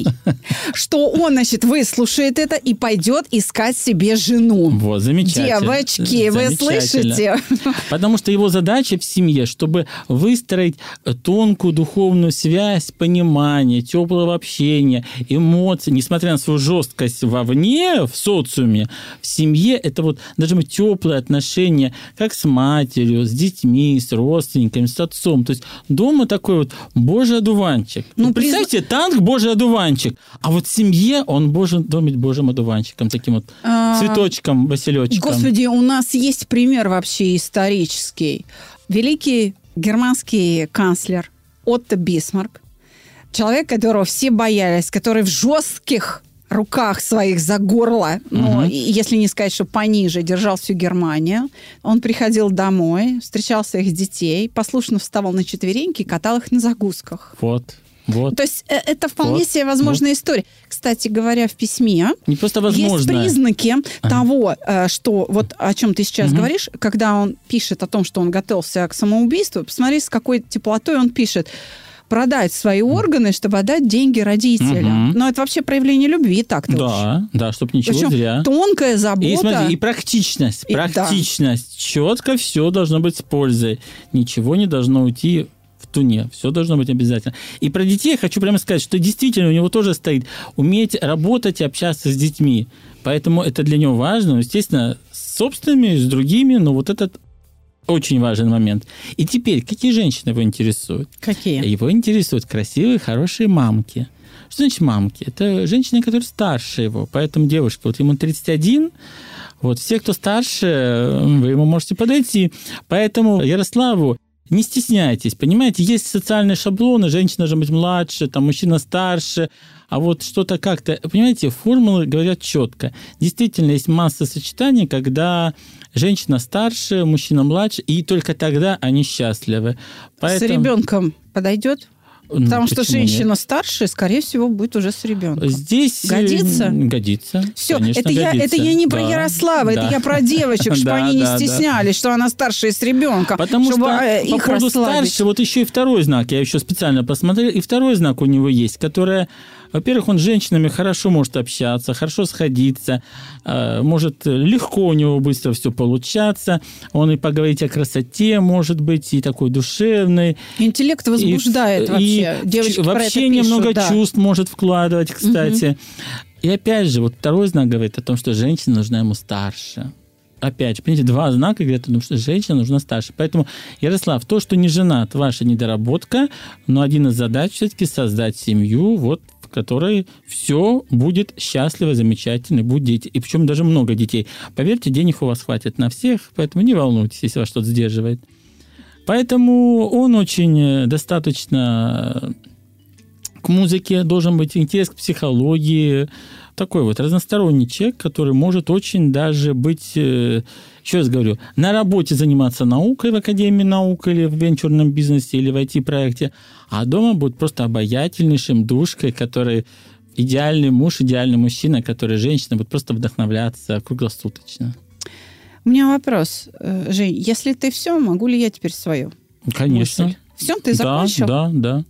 что он, значит, выслушает это и пойдет искать себе жену. Вот, замечательно. Девочки, вы слышите? Потому что его задача в семье, чтобы выстроить тонкую духовную связь, понимание, теплого общения, эмоций, несмотря на свою жесткость вовне, в социуме, в семье, это вот даже теплые отношения, как с матерью, с детьми, с родственниками, с отцом. То есть дома такой вот Божий одуванчик. Ну, вот представьте, приз... танк Божий одуванчик, а вот в семье он должен быть Божьим одуванчиком, таким вот а... цветочком, василечком. Господи, у нас есть пример вообще исторический. Великий германский канцлер Отто Бисмарк, человек, которого все боялись, который в жестких руках своих за горло, ну, угу. если не сказать, что пониже, держал всю Германию. Он приходил домой, встречал своих детей, послушно вставал на четвереньки и катал их на закусках. Вот. Вот. То есть это вполне вот. себе возможная вот. история. Кстати говоря, в письме не просто возможно. есть признаки ага. того, что вот о чем ты сейчас угу. говоришь, когда он пишет о том, что он готовился к самоубийству, посмотри, с какой теплотой он пишет. Продать свои органы, чтобы отдать деньги родителям. Угу. Но это вообще проявление любви, так-то Да, уж. да, чтобы ничего Причем зря. Тонкая забота. И, смотри, и практичность. И, практичность. Да. Четко все должно быть с пользой. Ничего не должно уйти в туне. Все должно быть обязательно. И про детей я хочу прямо сказать, что действительно у него тоже стоит уметь работать и общаться с детьми. Поэтому это для него важно. Естественно, с собственными, с другими, но вот этот очень важный момент. И теперь, какие женщины его интересуют? Какие? Его интересуют красивые, хорошие мамки. Что значит мамки? Это женщины, которые старше его. Поэтому, девушка, вот ему тридцать один, вот все, кто старше, вы ему можете подойти. Поэтому Ярославу не стесняйтесь, понимаете, есть социальные шаблоны, женщина должна быть младше, там, мужчина старше, а вот что-то как-то, понимаете, формулы говорят четко. Действительно, есть масса сочетаний, когда женщина старше, мужчина младше, и только тогда они счастливы. Поэтому... С ребенком подойдет? Потому ну, что женщина нет? старше, скорее всего, будет уже с ребенком. Здесь годится? Годится. Все, конечно, это, я, годится. это я не да. про Ярослава, да. это я про девочек, чтобы они не стеснялись, что она старше с ребенком. Потому чтобы что их по поводу расслабить. старше, вот еще и второй знак, я еще специально посмотрел, и второй знак у него есть, который... Во-первых, он с женщинами хорошо может общаться, хорошо сходиться, может легко у него быстро все получаться, он и поговорить о красоте может быть, и такой душевный. Интеллект возбуждает и, вообще. И девочки в общение пишут, много да. чувств может вкладывать, кстати. Угу. И опять же, вот второй знак говорит о том, что женщина нужна ему старше. Опять же, понимаете, два знака говорят, что женщина нужна старше. Поэтому, Ярослав, то, что не женат, ваша недоработка, но один из задач все-таки создать семью, вот, в которой все будет счастливо, замечательно, будут дети. И причем даже много детей. Поверьте, денег у вас хватит на всех, поэтому не волнуйтесь, если вас что-то сдерживает. Поэтому он очень достаточно к музыке, должен быть интерес к психологии, такой вот разносторонний человек, который может очень даже быть, еще раз говорю, на работе заниматься наукой в Академии наук или в венчурном бизнесе или в ай ти-проекте, а дома будет просто обаятельнейшим душкой, который идеальный муж, идеальный мужчина, который женщина будет просто вдохновляться круглосуточно. У меня вопрос, Жень, если ты все, могу ли я теперь свое? Конечно. Мысль? Все, ты закончил? Да, да, да.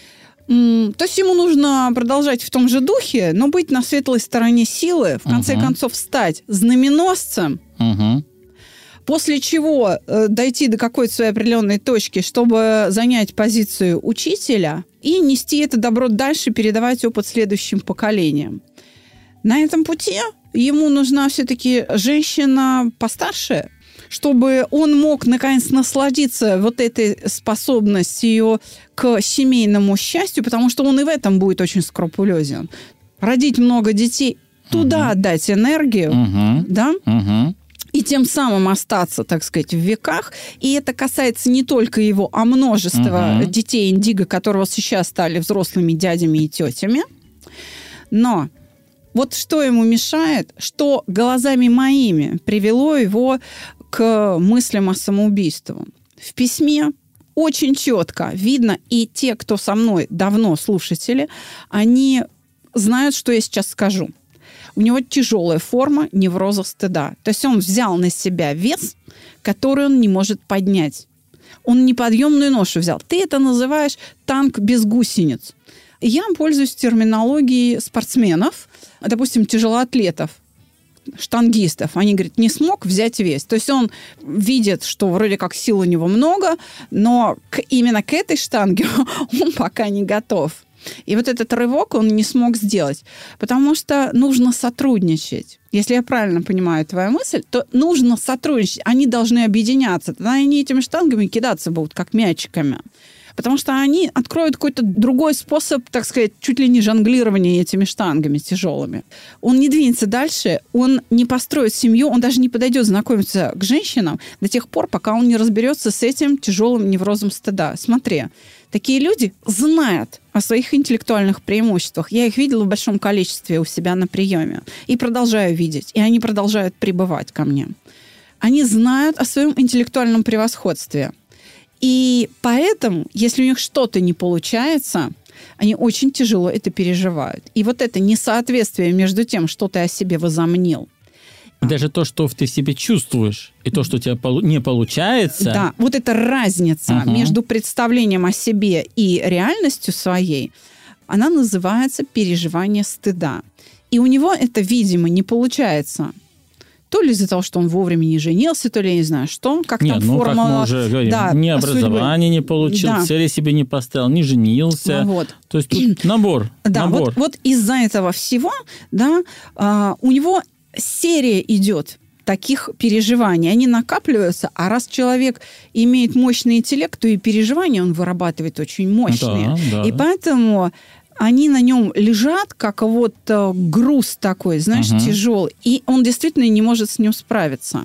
То есть ему нужно продолжать в том же духе, но быть на светлой стороне силы, в конце uh-huh. концов стать знаменосцем, uh-huh. после чего э, дойти до какой-то своей определенной точки, чтобы занять позицию учителя и нести это добро дальше, передавать опыт следующим поколениям. На этом пути ему нужна все-таки женщина постарше, чтобы он мог, наконец, насладиться вот этой способностью к семейному счастью, потому что он и в этом будет очень скрупулезен. Родить много детей, туда uh-huh. отдать энергию, uh-huh. да? Uh-huh. И тем самым остаться, так сказать, в веках. И это касается не только его, а множества uh-huh. детей индиго, которые сейчас стали взрослыми дядями и тетями. Но вот что ему мешает, что глазами моими привело его к мыслям о самоубийстве. В письме очень четко видно, и те, кто со мной давно слушатели, они знают, что я сейчас скажу. У него тяжелая форма невроза стыда. То есть он взял на себя вес, который он не может поднять. Он неподъемную ношу взял. Ты это называешь танк без гусениц. Я пользуюсь терминологией спортсменов, допустим, тяжелоатлетов, штангистов. Они говорят, не смог взять вес. То есть он видит, что вроде как сил у него много, но к, именно к этой штанге он пока не готов. И вот этот рывок он не смог сделать, потому что нужно сотрудничать. Если я правильно понимаю твою мысль, то нужно сотрудничать. Они должны объединяться. Тогда они этими штангами кидаться будут, как мячиками. Потому что они откроют какой-то другой способ, так сказать, чуть ли не жонглирования этими штангами тяжелыми. Он не двинется дальше, он не построит семью, он даже не подойдет знакомиться к женщинам до тех пор, пока он не разберется с этим тяжелым неврозом стыда. Смотри, такие люди знают о своих интеллектуальных преимуществах. Я их видела в большом количестве у себя на приеме. И продолжаю видеть. И они продолжают прибывать ко мне. Они знают о своем интеллектуальном превосходстве. И поэтому, если у них что-то не получается, они очень тяжело это переживают. И вот это несоответствие между тем, что ты о себе возомнил. Даже то, что ты в себе чувствуешь, и то, что у тебя не получается. Да, вот эта разница угу. между представлением о себе и реальностью своей, она называется переживание стыда. И у него это, видимо, не получается. То ли из-за того, что он вовремя не женился, то ли я не знаю что. Как Нет, там ну, формула... как мы уже говорим, да, ни образование не получил, да. цели себе не поставил, не женился. Ну, вот. То есть тут набор. Да, набор. Вот, вот из-за этого всего, да, а, у него серия идет таких переживаний. Они накапливаются, а раз человек имеет мощный интеллект, то и переживания он вырабатывает очень мощные. Да, да. И поэтому... они на нем лежат, как вот груз такой, знаешь, угу. тяжелый, и он действительно не может с ним справиться.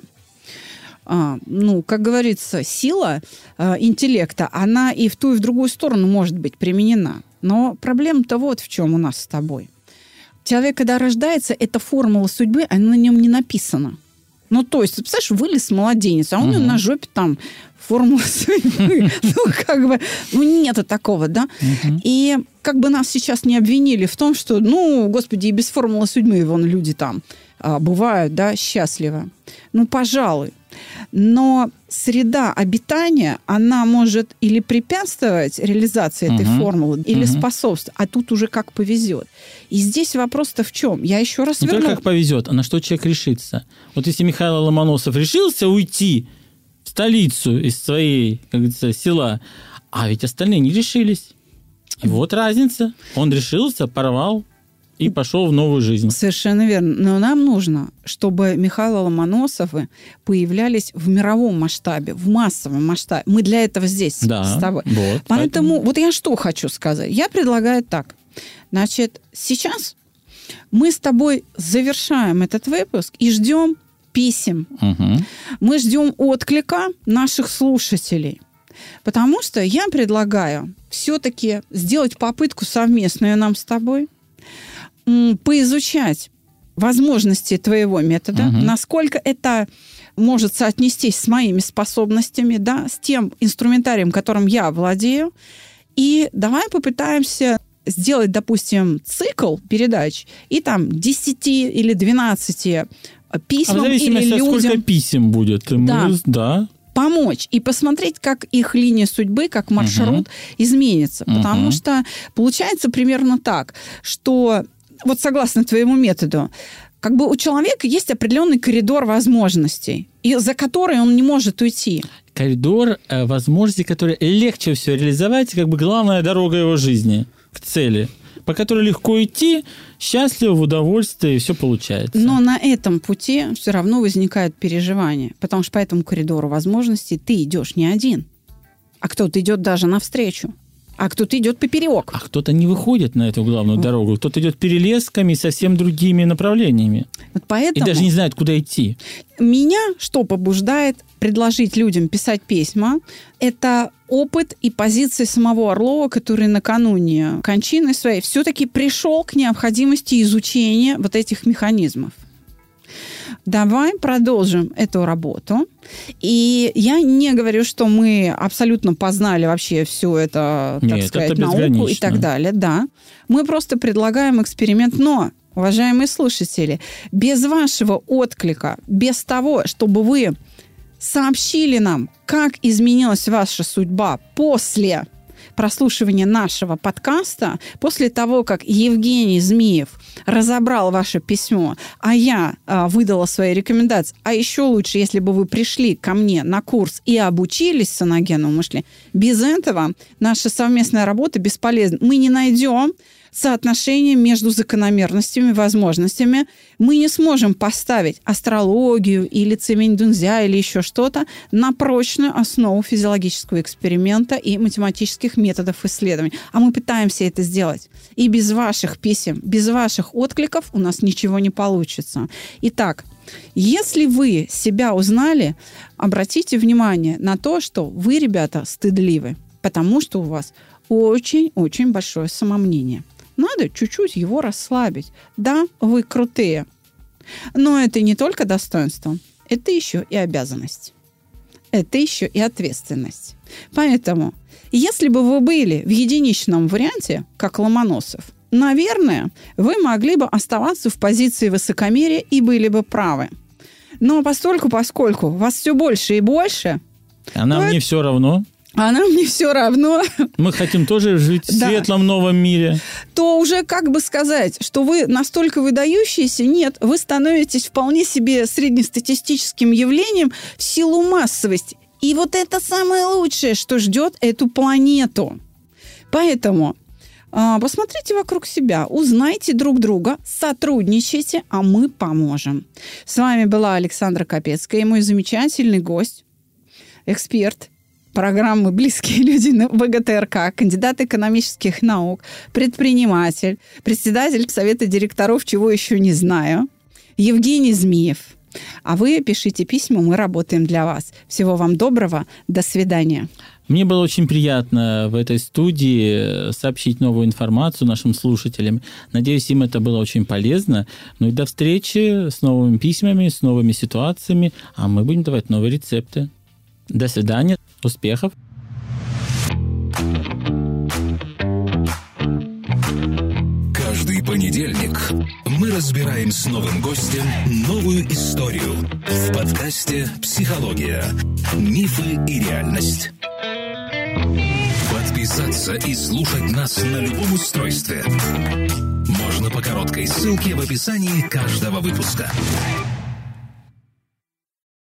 А, ну, как говорится, сила а, интеллекта, она и в ту, и в другую сторону может быть применена. Но проблема-то вот в чем у нас с тобой. Человек, когда рождается, эта формула судьбы, она на нем не написана. Ну, то есть, представляешь, вылез младенец, а у него угу. на жопе там формула судьбы. Ну, как бы, ну, нету такого, да? Угу. И как бы нас сейчас не обвинили в том, что, ну, господи, и без формулы судьбы вон люди там а, бывают, да, счастливы. Ну, пожалуй. Но среда обитания, она может или препятствовать реализации этой uh-huh. формулы, или uh-huh. способствовать, а тут уже как повезет. И здесь вопрос-то в чем? Я еще раз не верну... только как повезет, а на что человек решится. Вот если Михаил Ломоносов решился уйти в столицу из своей, как говорится, села, а ведь остальные не решились. И вот разница. Он решился, порвал и пошел в новую жизнь. Совершенно верно. Но нам нужно, чтобы Михаила Ломоносовы появлялись в мировом масштабе, в массовом масштабе. Мы для этого здесь да, с тобой. Вот, поэтому, поэтому вот я что хочу сказать. Я предлагаю так. Значит, сейчас мы с тобой завершаем этот выпуск и ждем писем. Угу. Мы ждем отклика наших слушателей. Потому что я предлагаю все-таки сделать попытку совместную нам с тобой, поизучать возможности твоего метода, угу. насколько это может соотнестись с моими способностями, да, с тем инструментарием, которым я владею. И давай попытаемся сделать, допустим, цикл передач и там десяти или двенадцати письмам а в или людям... от сколько писем будет. Да. Мы... да. Помочь и посмотреть, как их линия судьбы, как маршрут uh-huh. изменится. Uh-huh. Потому что получается примерно так, что вот согласно твоему методу, как бы у человека есть определенный коридор возможностей, и за который он не может уйти. Коридор э, возможностей, который легче всего реализовать, как бы главная дорога его жизни к цели, по которой легко идти, счастливо, в удовольствии, и все получается. Но на этом пути все равно возникают переживания, потому что по этому коридору возможностей ты идешь не один, а кто-то идет даже навстречу, а кто-то идет поперек. А кто-то не выходит на эту главную дорогу, кто-то идет перелесками и совсем другими направлениями. Вот поэтому и даже не знает, куда идти. Меня что побуждает предложить людям писать письма? Это опыт и позиции самого Орлова, который накануне кончины своей все-таки пришел к необходимости изучения вот этих механизмов. Давай продолжим эту работу. И я не говорю, что мы абсолютно познали вообще всю это, так Нет, сказать, это науку и так далее. Да. Мы просто предлагаем эксперимент. Но, уважаемые слушатели, без вашего отклика, без того, чтобы вы сообщили нам, как изменилась ваша судьба после прослушивания нашего подкаста, после того, как Евгений Змиев разобрал ваше письмо, а я а, выдала свои рекомендации, а еще лучше, если бы вы пришли ко мне на курс и обучились саногенному мышлению, без этого наша совместная работа бесполезна. Мы не найдем соотношение между закономерностями, возможностями. Мы не сможем поставить астрологию или цемень Дунзя или еще что-то на прочную основу физиологического эксперимента и математических методов исследований. А мы пытаемся это сделать. И без ваших писем, без ваших откликов у нас ничего не получится. Итак, если вы себя узнали, обратите внимание на то, что вы, ребята, стыдливы, потому что у вас очень-очень большое самомнение. Надо чуть-чуть его расслабить. Да, вы крутые. Но это не только достоинство, это еще и обязанность. Это еще и ответственность. Поэтому, если бы вы были в единичном варианте, как Ломоносов, наверное, вы могли бы оставаться в позиции высокомерия и были бы правы. Но постольку, поскольку вас все больше и больше... А нам то не это... все равно. А нам не все равно. Мы хотим тоже жить в Да. светлом новом мире. То уже как бы сказать, что вы настолько выдающиеся, нет, вы становитесь вполне себе среднестатистическим явлением в силу массовости. И вот это самое лучшее, что ждет эту планету. Поэтому а, посмотрите вокруг себя, узнайте друг друга, сотрудничайте, а мы поможем. С вами была Александра Капецкая и мой замечательный гость, эксперт программы «Близкие люди» на вэ гэ тэ эр ка, кандидат экономических наук, предприниматель, председатель совета директоров, чего еще не знаю, Евгений Змиев. А вы пишите письма, мы работаем для вас. Всего вам доброго, до свидания. Мне было очень приятно в этой студии сообщить новую информацию нашим слушателям. Надеюсь, им это было очень полезно. Ну и до встречи с новыми письмами, с новыми ситуациями, а мы будем давать новые рецепты. До свидания, успехов! Каждый понедельник мы разбираем с новым гостем новую историю в подкасте «Психология. Мифы и реальность». Подписаться и слушать нас на любом устройстве можно по короткой ссылке в описании каждого выпуска.